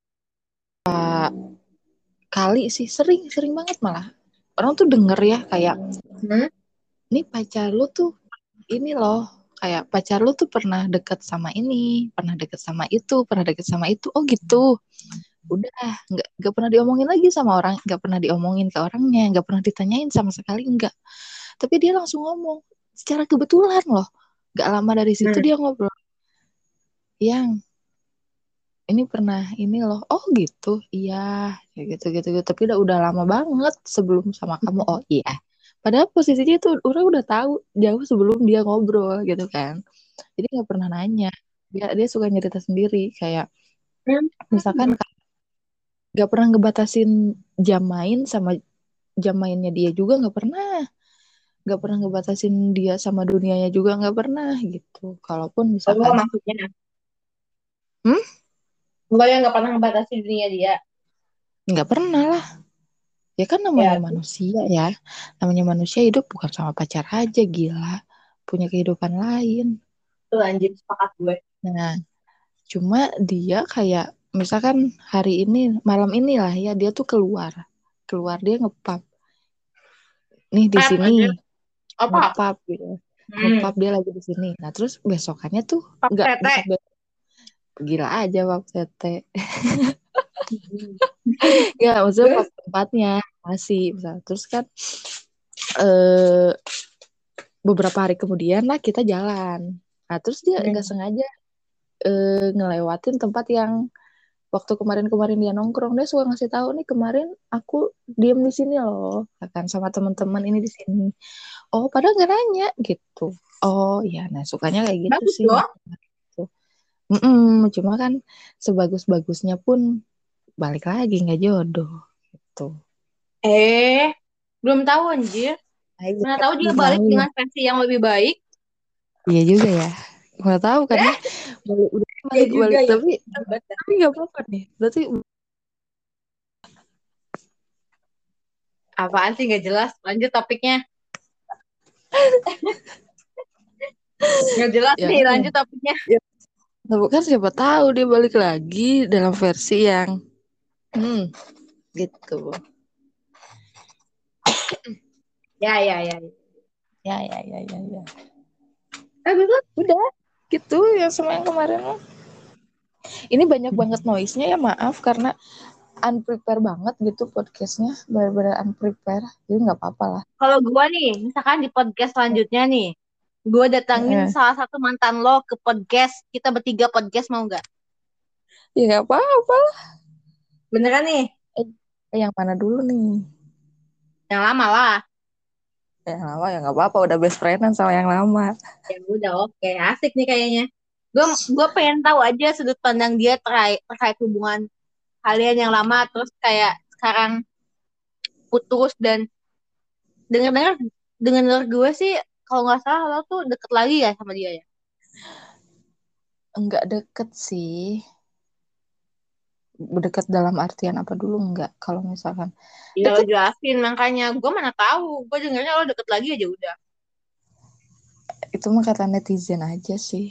kali sih sering banget malah orang tuh denger ya kayak Hmm? nih pacar lu tuh ini loh, kayak pacar lu tuh pernah deket sama ini, pernah deket sama itu, pernah deket sama itu. Oh gitu. Udah nggak pernah diomongin lagi sama orang, nggak pernah diomongin ke orangnya, nggak pernah ditanyain sama sekali, nggak. Tapi dia langsung ngomong secara kebetulan loh. Nggak lama dari situ Hmm. dia ngobrol, yang ini pernah ini loh. Oh gitu, iya, kayak gitu. Tapi udah lama banget sebelum sama kamu. Oh iya. Padahal posisinya itu orang udah tahu jauh sebelum dia ngobrol gitu kan. Jadi nggak pernah nanya. Dia suka cerita sendiri kayak misalkan Hmm. nggak pernah ngebatasin jam main sama jam mainnya dia juga nggak pernah ngebatasin dia sama dunianya juga nggak pernah gitu. Kalaupun Oh misalkan maksudnya hmm, lo yang nggak pernah ngebatasi dunia dia. nggak pernah lah. Ya kan namanya Ya manusia ya. Namanya manusia hidup bukan sama pacar aja, gila. Punya kehidupan lain. tuh anjir, sepakat gue. Nah, cuma dia kayak misalkan hari ini, malam inilah ya dia tuh keluar. Keluar dia ngepap. Nih di Pep sini aja apa. ngepap gitu. Hmm. Ngepap dia lagi di sini. Nah, terus besokannya tuh Pap nggak tete. gila aja Pap Tete. Hmm. Ya, maksudnya Terus? tempatnya masih misal. Terus kan eh beberapa hari kemudian lah kita jalan. Nah, terus dia nggak Hmm. sengaja ngelewatin tempat yang waktu kemarin-kemarin dia nongkrong, dia suka ngasih tahu nih, kemarin aku diem di sini loh, akan sama teman-teman ini di sini. Oh, padahal nggak nanya gitu. Oh iya, nah sukanya kayak gitu Bagus sih. dong. Gitu. Mm-mm, cuma kan sebagus-bagusnya pun balik lagi nggak jodoh gitu. Eh, belum tahu anjir. Nah, iya Mana kan tahu dia belum balik tahu. dengan versi yang lebih baik. Iya juga ya. Nggak tahu kan ya. Udah Ya balik juga balik ya. tapi Hebat dah. tapi nggak apa-apa nih. Berarti Apaan sih nggak jelas? Lanjut topiknya. Nggak jelas ya nih, kan ya. lanjut topiknya. Ya, tapi kan siapa tahu dia balik lagi dalam versi yang gitu. Ya, ya, ya. Ya ya ya ya ya. Betul. Udah gitu yang sama yang kemarin. Ini banyak banget noise-nya ya, maaf karena unprepare banget gitu podcastnya, benar-benar unprepare, jadi nggak apa-apa lah. Kalau gue nih, misalkan di podcast selanjutnya nih, gue datangin Heeh. salah satu mantan lo ke podcast, kita bertiga podcast mau nggak? Ya nggak apa-apa lah. Beneran nih? eh, yang mana dulu nih? Yang lama lah. Yang lama ya nggak apa-apa, udah best friendan sama yang lama. Ya udah, oke, asik nih kayaknya. Gue pengen tahu aja sudut pandang dia terkait hubungan kalian yang lama, terus kayak sekarang putus dan dengar-dengar dengar gue sih kalau nggak salah lo tuh deket lagi ya sama dia ya. Enggak deket sih, deket dalam artian apa dulu, enggak. Kalau misalkan Ya lo deket, jelasin, makanya gue mana tahu, gue dengarnya lo deket lagi aja udah. itu mah kata netizen aja sih.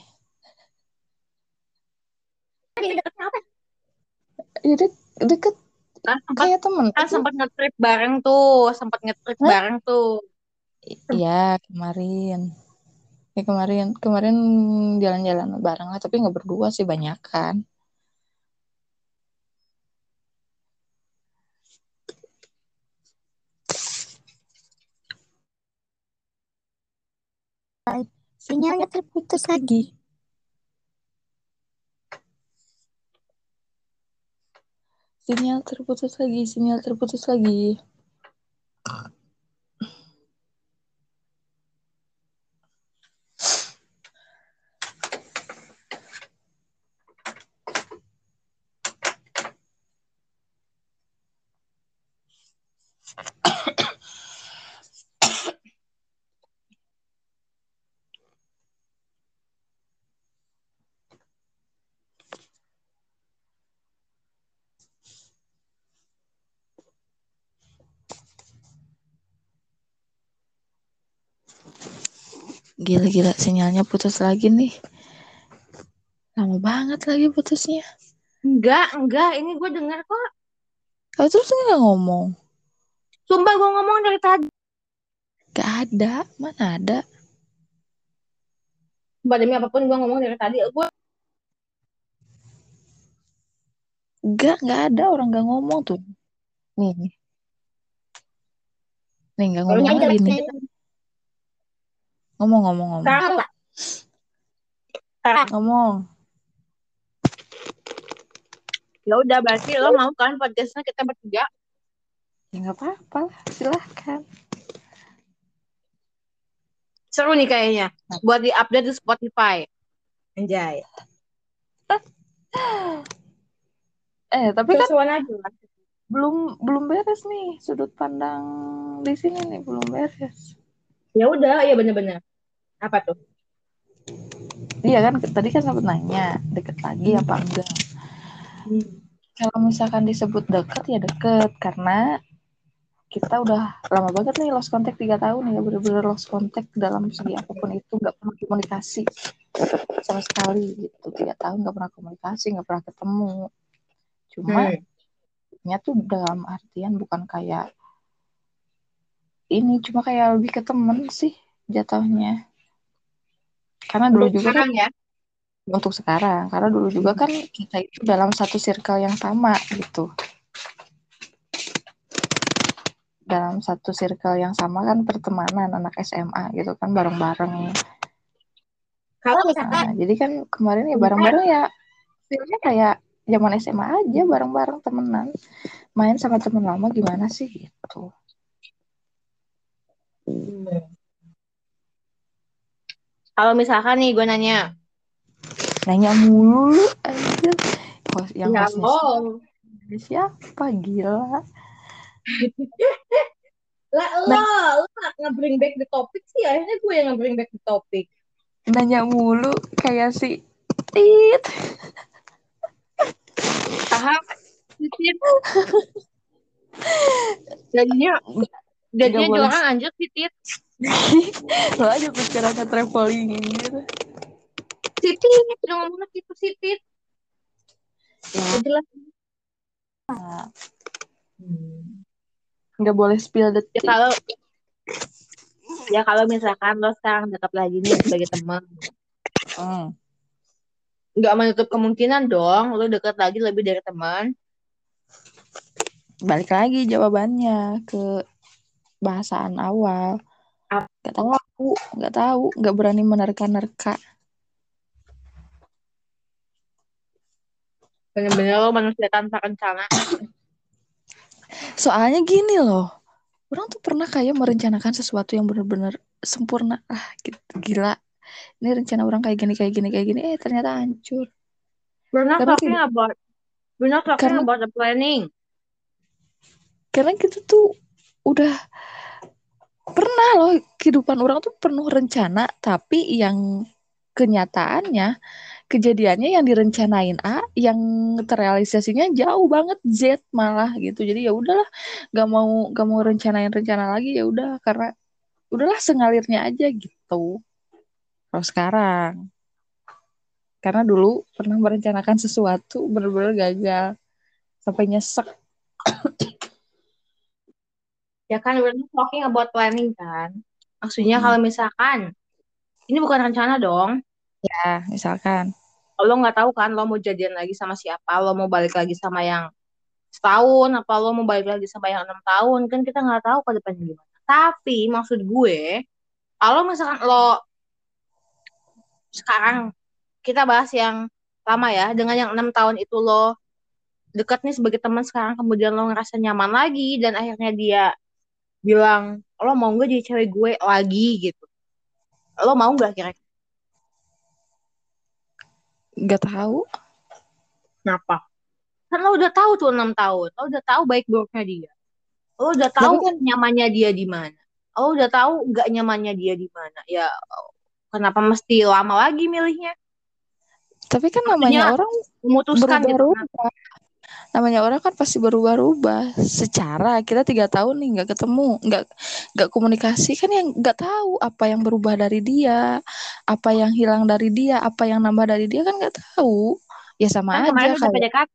Ini deketnya apa? Ya deket Kan sempat kayak temen kan aja. sempat nge-trip bareng tuh, sempat nge-trip Hah? bareng tuh. Ya kemarin, kemarin kemarin jalan-jalan bareng lah, tapi nggak berdua sih, banyak kan. Sinyalnya terputus lagi. Sinyal terputus lagi, sinyal terputus lagi. Gila-gila, sinyalnya putus lagi nih. Lama banget lagi putusnya. Enggak, ini gue dengar kok. Kau terus nggak ngomong? Sumpah gue ngomong dari tadi. Gak ada, mana ada? Sumpah demi apapun gue ngomong dari tadi. Gue Gak ada orang gak ngomong tuh. Nih, nih nggak baru ngomong nyanyi lagi nih. dari Ngomong. sekarang enggak. Sekarang. Ngomong. Ya udah berarti lo mau kan podcastnya kita bertiga? Ya nggak apa-apa lah, silahkan. Seru nih kayaknya. Buat di-update di Spotify. Anjay. Tapi kan Seru-seruan aja lah. belum belum beres nih sudut pandang di sini nih, belum beres. Ya udah, iya bener-bener. Apa tuh? Iya kan, tadi kan sempat nanya deket lagi Hmm. apa enggak. Hmm. Kalau misalkan disebut deket ya deket, karena kita udah lama banget nih lost contact 3 tahun ya, bener-bener lost contact dalam segi apapun itu, nggak pernah komunikasi sama sekali gitu. 3 tahun nggak pernah komunikasi, nggak pernah ketemu. Cuma Hmm. nya tuh dalam artian bukan kayak ini, cuma kayak lebih ke temen sih jatuhnya. Karena dulu Untuk juga kan, sekarang ya. untuk sekarang, karena dulu juga Hmm. kan kita itu dalam satu circle yang sama gitu. dalam satu circle yang sama kan, pertemanan anak SMA gitu kan, bareng-bareng. Kalau misalkan Jadi kan kemarin ya bareng-bareng ya, feelnya kayak zaman SMA aja, bareng-bareng temenan, main sama temen lama gimana sih gitu. kalau misalkan nih gue nanya, Nanya mulu lu anjir. Yang ya hostnya lo, siapa gila. lah Nah, lo nge-bring back the topic sih, akhirnya gue yang nge-bring back the topic. nanya mulu kayak si Tit. Paham? Titit. Jadinya Nggak jadinya boleh. orang anjir titit. Lo aja pikirannya traveling gitu. Titit, udah ngomongnya gitu titit. Ya, Gak jelas. Hmm. nggak boleh spill the Ya tea. kalau ya kalau misalkan lo sekarang dekat lagi nih sebagai teman, Hmm. nggak menutup kemungkinan dong lo dekat lagi lebih dari teman. Balik lagi jawabannya ke bahasaan awal. Apa Nggak tahu, nggak berani menerka-nerka. bener-bener lo manusia tanpa rencana. Soalnya gini loh, orang tuh pernah kayak merencanakan sesuatu yang benar-benar sempurna. Gitu. Gila. Ini rencana orang kayak gini, kayak gini, kayak gini. Ternyata hancur. We're not Karena talking tidak, about we're not talking karena about the planning. karena kita tuh udah pernah loh, kehidupan orang tuh penuh rencana, tapi yang kenyataannya, kejadiannya yang direncanain A, yang terrealisasinya jauh banget Z malah gitu. Jadi ya udahlah, gak mau rencanain rencana lagi, ya udah, karena udahlah sengalirnya aja gitu. Kalau sekarang, karena dulu pernah merencanakan sesuatu bener-bener gagal sampai nyesek. Ya kan we're not talking about planning kan. Maksudnya Hmm. kalau misalkan ini bukan rencana dong. Ya, misalkan. Lo nggak tahu kan lo mau jadian lagi sama siapa, lo mau balik lagi sama yang setahun, apa lo mau balik lagi sama yang 6 tahun, kan kita nggak tahu ke depannya gimana. Tapi maksud gue, kalau misalkan lo sekarang kita bahas yang lama ya, dengan yang 6 tahun itu lo deket nih sebagai teman sekarang, kemudian lo ngerasa nyaman lagi dan akhirnya dia bilang lo mau nggak jadi cewek gue lagi gitu, lo mau nggak kira-kira? Gak tahu. Kenapa? Kan lo udah tahu tuh 6 tahun, lo udah tahu baik buruknya dia, lo udah tahu Tapi kan, nyamannya dia di mana, lo udah tahu nggak nyamannya dia di mana. Ya kenapa mesti lama lagi milihnya? namanya Maksudnya orang memutuskan gitu. berubah-ubah. Namanya orang kan pasti berubah-ubah. Secara kita 3 tahun nih nggak ketemu, nggak komunikasi, kan yang nggak tahu apa yang berubah dari dia, apa yang hilang dari dia, apa yang nambah dari dia, kan nggak tahu. Ya Kan sama aja kemarin udah kayak PDKT.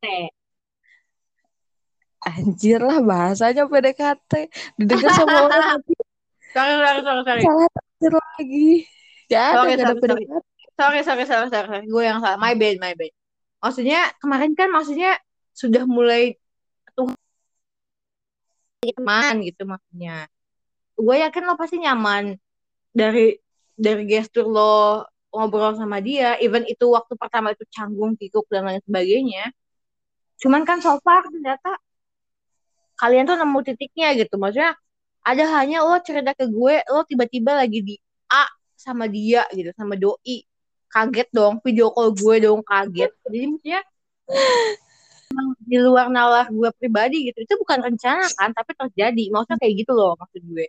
anjir lah bahasanya PDKT, didengar sama orang lagi Sorry, sorry, sorry, sorry. salah tafsir lagi. Sorry, Gak ada sorry, sorry. PDKT. Sorry, sorry, sorry, sorry, sorry. Gue yang salah. My bad, my bad. Maksudnya kemarin kan maksudnya sudah mulai tuh teman gitu maksudnya. Gue yakin lo pasti nyaman dari gestur lo ngobrol sama dia, even itu waktu pertama itu canggung, kikuk dan lain sebagainya. Cuman kan so far ternyata kalian tuh nemu titiknya gitu. Maksudnya ada hanya lo cerita ke gue, lo tiba-tiba lagi di A sama dia gitu, sama doi. Kaget dong, video call gue dong kaget. Jadi maksudnya di luar nalar gue pribadi gitu. Itu bukan rencana kan, tapi terjadi. Maksudnya kayak gitu loh maksud gue.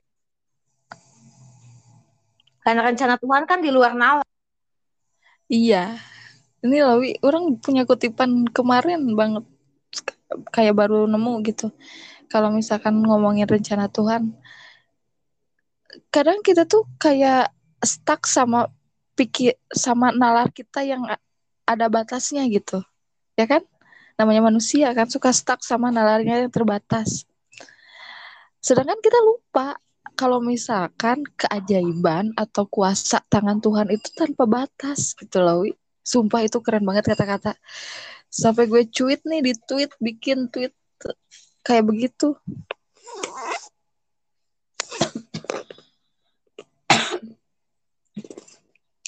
Karena rencana Tuhan kan di luar nalar. Iya, ini loh Wi, orang punya kutipan kemarin banget, kayak baru nemu gitu. Kalau misalkan ngomongin rencana Tuhan, kadang kita tuh kayak stuck sama sama nalar kita yang ada batasnya gitu, ya kan? Namanya manusia kan suka stuck sama nalarnya yang terbatas. Sedangkan kita lupa kalau misalkan keajaiban atau kuasa tangan Tuhan itu tanpa batas gitu loh. Wi. Sumpah itu keren banget kata-kata. Sampai gue tweet nih, di tweet, bikin tweet kayak begitu.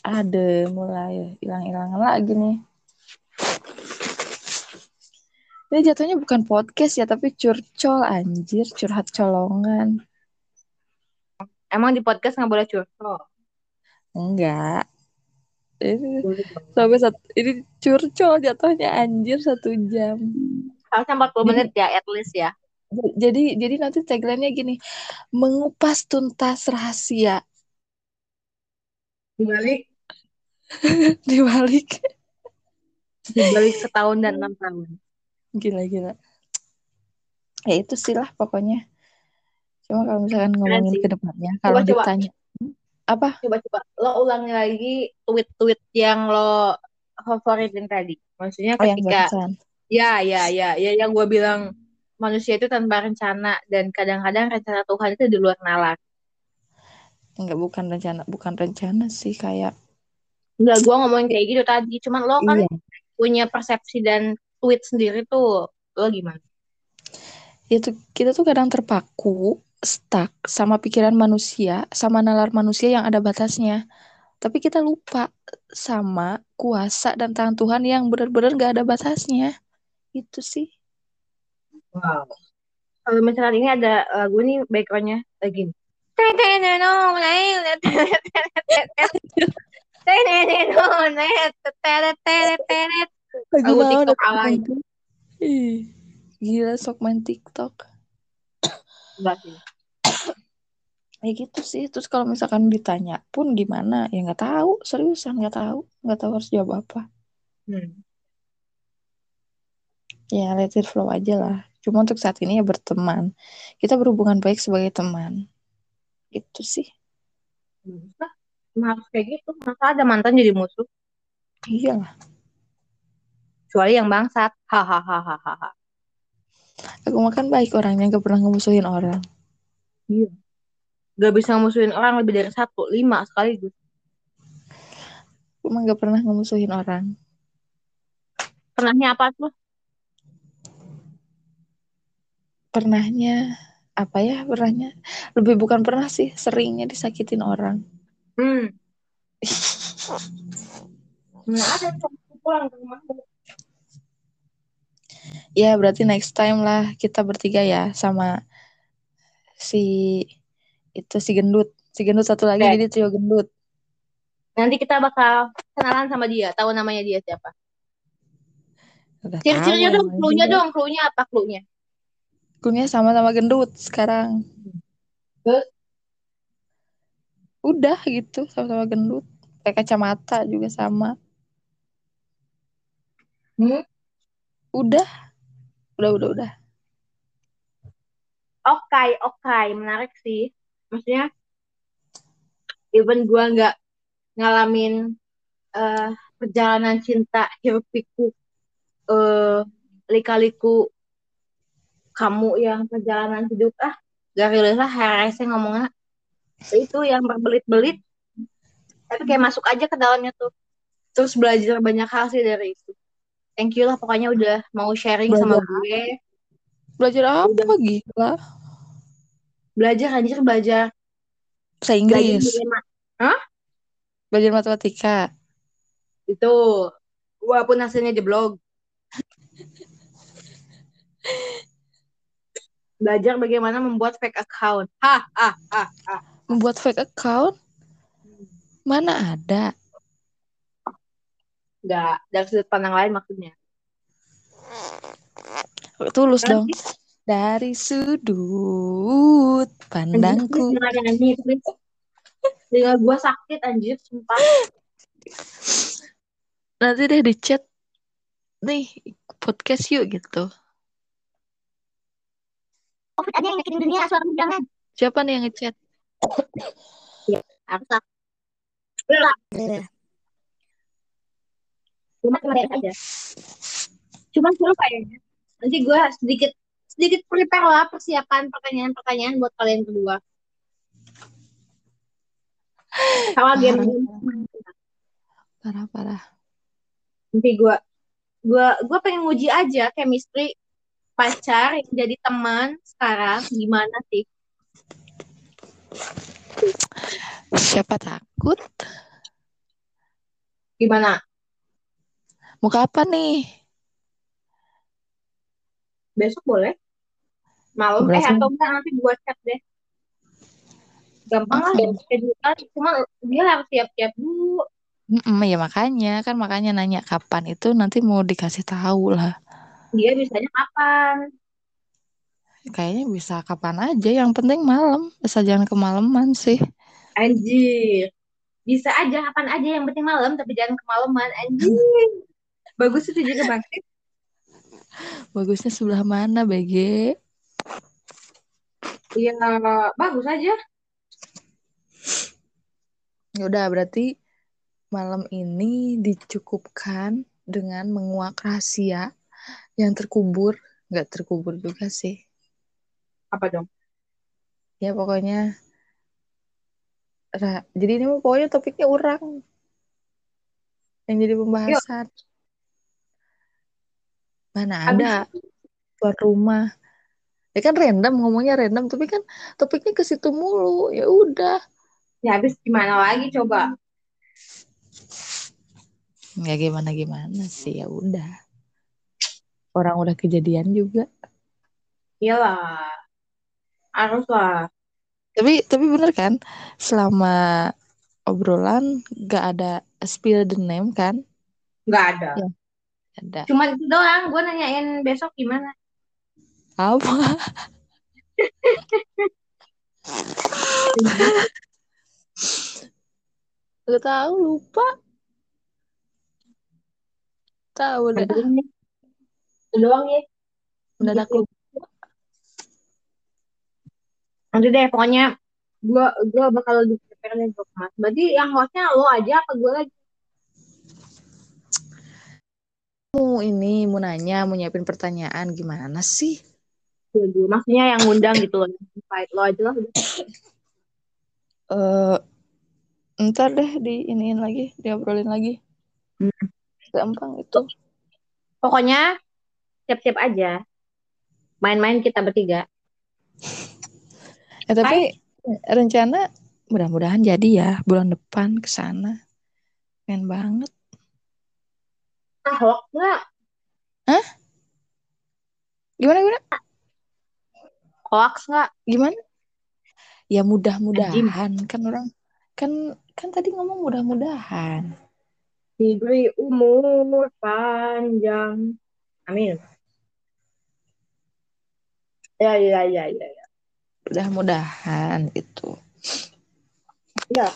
Ada mulai hilang-hilangan lagi nih. Ini jatuhnya bukan podcast ya, tapi curcol anjir, curhat colongan. Emang di podcast nggak boleh curcol? Enggak. Ini Boleh dong. sampai ini curcol jatuhnya anjir 1 jam. Harusnya 40 Jadi menit ya, at least ya. jadi nanti tagline-nya gini, mengupas tuntas rahasia Dibalik, di balik. dibalik setahun dan 6 tahun. Gila-gila. Ya itu sih lah pokoknya. Cuma kalau misalkan Keren ngomongin sih. ke depannya, kalau Coba-coba, ditanya apa? coba-coba. Lo ulangi lagi tweet-tweet yang lo favoritin tadi. Maksudnya Oh yang ketika, barusan. ya, ya, ya, ya, yang gue bilang manusia itu tanpa rencana dan kadang-kadang rencana Tuhan itu di luar nalar. Enggak, bukan rencana sih kayak Enggak, gue ngomongin kayak gitu tadi. Cuman lo kan iya. punya persepsi dan tweet sendiri tuh. Lo gimana? Itu kita tuh kadang terpaku, stuck sama pikiran manusia, sama nalar manusia yang ada batasnya. Tapi kita lupa sama kuasa dan tangan Tuhan yang benar-benar gak ada batasnya. Itu sih. Wow. Kalau misalnya ini ada lagu nih backgroundnya lagi. Lagu Lagu naon TikTok eta alay. itu? Ih, gila sok main TikTok. Enggak sih. Ya gitu sih. Terus kalau misalkan ditanya pun gimana? Ya nggak tahu. Seriusan nggak tahu harus jawab apa. Hmm. Ya let it flow aja lah. Cuma untuk saat ini ya berteman. Kita berhubungan baik sebagai teman. Itu sih. Nah, harus kayak gitu. Masa ada mantan jadi musuh? Iyalah. Kecuali yang bangsat. Hahaha. Aku makan baik orangnya gak pernah ngemusuhin orang. Iya. Gak bisa musuhin orang lebih dari satu, 5 sekaligus. Aku emang gak pernah ngemusuhin orang. Pernahnya apa tuh? Pernahnya apa ya pernahnya? Lebih bukan pernah sih. Seringnya disakitin orang. Hmm. Nah, ada tuh pulang ke rumah. Ya berarti next time lah kita bertiga ya sama si itu si gendut. Si gendut satu lagi Oke. jadi trio gendut. Nanti kita bakal kenalan sama dia. Tahu namanya dia siapa? Udah tahu Ciri-cirinya dong, namanya clue-nya juga. dong. Clue-nya apa clue-nya? Kuliah sama-sama gendut sekarang. Terus, Udah gitu sama-sama gendut. Pakai kacamata juga sama. hmm? Udah, udah. Oke, oke. Menarik sih. Maksudnya, even gua nggak ngalamin eh, perjalanan cinta hiruk pikuk eh lika-liku kamu yang perjalanan hidup gak relate lah HRS ngomongnya itu yang berbelit-belit tapi kayak masuk aja ke dalamnya tuh terus belajar banyak hal sih dari itu. Thank you lah pokoknya udah mau sharing sama Belajar gue. belajar Udah apa gila? belajar anjir belajar Bahasa belajar Inggris, bagaimana. Hah? belajar matematika. Itu walaupun hasilnya jeblok belajar bagaimana membuat fake account. Hah. Membuat fake account? Mana ada? Nggak dari sudut pandang lain maksudnya. Tulus dong. Nanti Dari sudut anjir pandangku. please jangan nyanyi please. Tinggal gua sakit anjir sumpah. Nanti deh di chat nih podcast yuk gitu. COVID aja yang nyakitin dunia suara jangan. Siapa nih yang ngechat? Ya, harus lah. Lah. Cuma beres aja. Cuma seru kayaknya. Nanti gue sedikit sedikit prepare lah persiapan pertanyaan-pertanyaan buat kalian kedua. Sama Parah, game-game. parah. Nanti gue pengen nguji aja chemistry pacar yang jadi teman sekarang gimana sih? Siapa takut? Gimana? Mau kapan nih? Besok boleh? Malam? Berarti Atau enggak nanti buat chat deh. Gampang lah. Schedulean. Cuma dia harus siap-siap dulu. ya makanya nanya kapan itu nanti mau dikasih tahu lah. Dia bisanya kapan? Kayaknya bisa kapan aja, yang penting malam, asal jangan kemalaman sih. Anjir. Bisa aja kapan aja yang penting malam tapi jangan kemalaman. Anjir. Bagus itu juga Bang. Bagusnya sebelah mana, BG? Iya, bagus aja. Ya udah, berarti malam ini dicukupkan dengan menguak rahasia yang terkubur. Nggak terkubur juga sih. Apa dong? Ya pokoknya, jadi ini mah pokoknya topiknya orang yang jadi Yuk, pembahasan. Mana ada abis tuan rumah. Ya kan random, ngomongnya random, tapi kan topiknya ke situ mulu. Ya udah. ya habis gimana lagi coba? Nggak gimana-gimana sih, ya udah. Orang udah kejadian juga. Iyalah, harus lah. Tapi bener kan, selama obrolan gak ada spill the name kan? Nggak ada. Ya, ada. Cuma itu doang. Gue nanyain besok gimana. Apa? Gak tahu, lupa. Tahu Nanti dah. ini itu doang ya. Mendadak Gitu. lupa. Nanti deh, pokoknya gue bakal lebih prepare nih untuk Mas. Berarti yang hostnya lo aja apa gue lagi? Mau nanya, mau nyiapin pertanyaan gimana sih? Gue maksudnya yang ngundang gitu loh. Invite lo aja lah udah. Eh, ntar deh diiniin lagi, diobrolin lagi. Gampang itu. Pokoknya siap-siap aja. Main-main kita bertiga. Tapi Hai, rencana mudah-mudahan jadi ya bulan depan ke sana. Pengen banget. hoax nggak? Hah? Gimana? Hoax nggak? Gimana? Ya Anjing. mudah-mudahan kan orang kan kan tadi ngomong mudah-mudahan. Diberi umur panjang. Amin. Ya, ya, ya, ya, ya. Mudah-mudahan itu. Ya,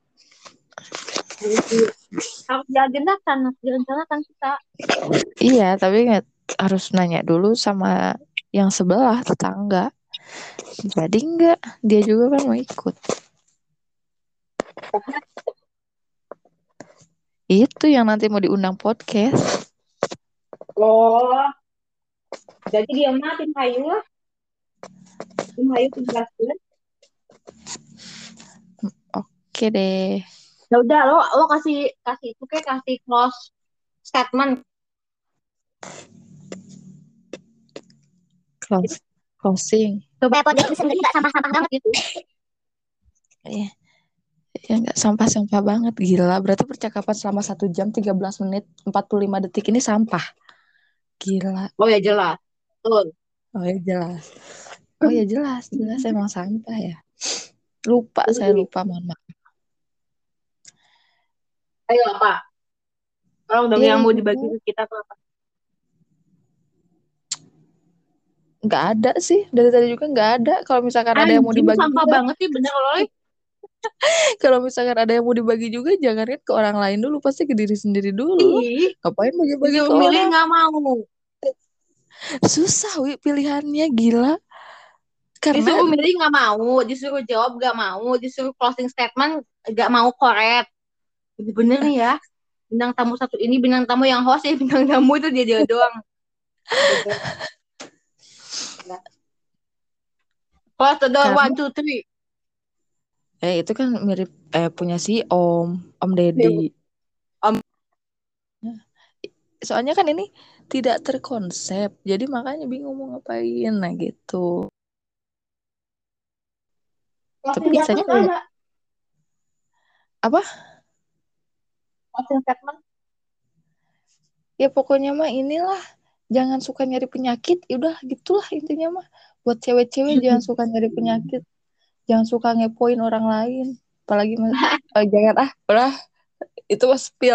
harus diagendakan, harus direncanakan kita. Iya, tapi nggak harus nanya dulu sama yang sebelah tetangga. Jadi enggak, dia juga kan mau ikut. Itu yang nanti mau diundang podcast. Oh, jadi dia mah tim Hayu lah. Tim Hayu 17 bulan. Oke deh. Ya udah lo kasih kasih itu kayak kasih close statement. Closing. Coba podcast bisa nggak sampah-sampah banget gitu. Iya. Ya nggak sampah-sampah banget, gila. Berarti percakapan selama 1 jam 13 menit 45 detik ini sampah. Gila. Oh ya jelas. Betul. Oh ya jelas. Oh ya jelas, jelas emang sampah ya. Lupa, saya lupa, mohon maaf. Ayo apa? Kalau dong Ya yang mau itu dibagi ke kita tuh apa? nggak ada sih, dari tadi juga nggak ada. Kalau misalkan ada yang mau Anjing dibagi sampah juga, banget sih bener loh. kalau misalkan ada yang mau dibagi juga, jangan lihat ke orang lain dulu, pasti ke diri sendiri dulu. Ih, Ngapain bagi-bagi ke disuruh milih orang? nggak mau. Susah, Wi, pilihannya gila. Karena Disuruh milih nggak mau, disuruh jawab nggak mau, disuruh closing statement nggak mau korek. Bener nih ya. Bintang tamu satu ini bintang tamu yang host ya bintang tamu itu dia doang. Bener. Close the door karena 1, 2, 3. itu kan mirip punya si Om Deddy. Om, Soalnya kan ini tidak terkonsep, jadi makanya bingung mau ngapain, nah gitu. Tapi closing di atas bisanya nggak kayak ada. apa? closing statement. Ya pokoknya mah inilah, jangan suka nyari penyakit, ya udah gitulah intinya mah. Buat cewek-cewek jangan suka nyari penyakit, jangan suka ngepoin orang lain, apalagi jangan udah itu mah spill.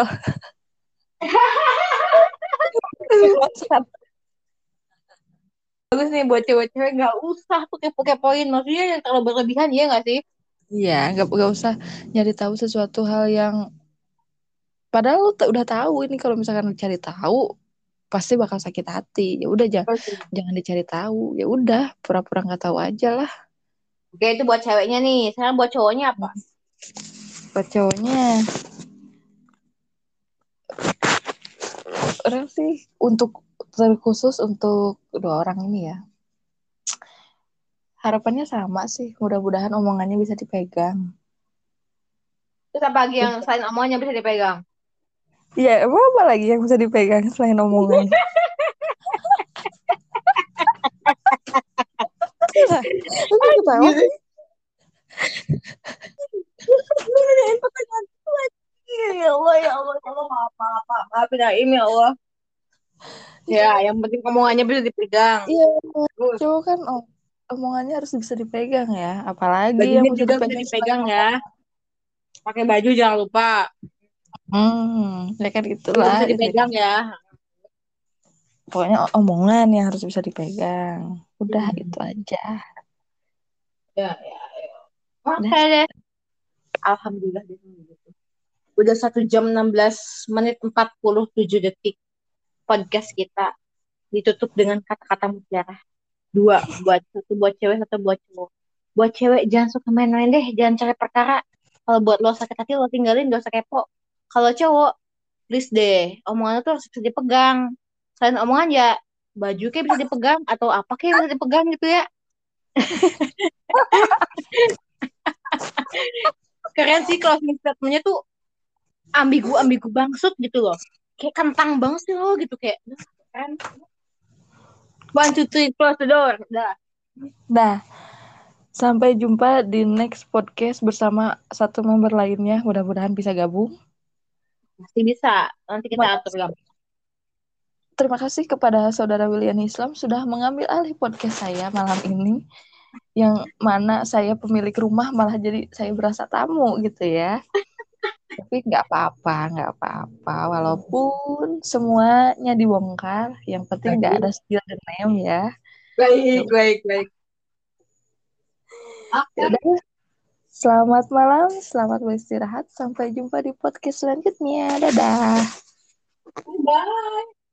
Bagus nih buat cewek-cewek, nggak usah tuh kepo-kepoin, maksudnya yang terlalu berlebihan, ya nggak sih? Iya, nggak usah nyari tahu sesuatu hal yang padahal lu udah tahu ini kalau misalkan cari tahu pasti bakal sakit hati. Ya udah jangan dicari tahu. Ya udah pura-pura nggak tahu aja lah. Oke, itu buat ceweknya nih. Sekarang buat cowoknya apa? Buat cowoknya, orang sih untuk terkhusus untuk dua orang ini ya. Harapannya sama sih. Mudah-mudahan omongannya bisa dipegang. Terus apa lagi yang selain omongannya bisa dipegang? Iya, emang apa lagi yang bisa dipegang selain omongannya? Lu ketawa Gitu. sih? Nanyain pertanyaan itu lagi. Ya Allah, ya Allah, ya Allah, maaf, maaf, maaf, maafin Aim, ya Allah. Ya, yang penting omongannya bisa dipegang. Iya, Terus, cowok kan omongannya harus bisa dipegang ya. Apalagi yang bajunya bisa juga bisa dipegang selain dipegang ya. omongan. Pakai baju jangan lupa. Ya kan Juga itulah bisa intinya. dipegang ya. Pokoknya omongan yang harus bisa dipegang. Udah itu Hmm. aja. Ya, ya, ya. Udah. Oke deh. Alhamdulillah deh. Gitu. Udah 1 jam 16 menit 47 detik podcast kita ditutup dengan kata-kata mutiara. Dua buat satu buat cewek, satu buat cowok. Buat cewek jangan suka main-main deh, jangan cari perkara. Kalau buat lo sakit hati lo tinggalin, gak usah kepo. Kalau cowok, please deh, omongan tuh harus bisa dipegang. Selain omongan ya baju kayak bisa dipegang atau apa kayak bisa dipegang gitu ya. Keren sih kalau statementnya tuh ambigu-ambigu bangsut gitu loh. Kayak kentang banget sih lo gitu kayak. Kan? One, two, three, close the door. Dah. Dah. Sampai jumpa di next podcast bersama satu member lainnya. Mudah-mudahan bisa gabung. Masih bisa. Nanti kita Terima atur kasih. lah. Terima kasih kepada Saudara William Islam sudah mengambil alih podcast saya malam ini. Yang mana saya pemilik rumah malah jadi saya berasa tamu gitu ya. Tapi nggak apa-apa. Walaupun semuanya dibongkar, yang penting nggak ada spill the name ya. Baik, baik, baik. Ya Oke. udah, selamat malam, selamat beristirahat. Sampai jumpa di podcast selanjutnya. Dadah. Bye.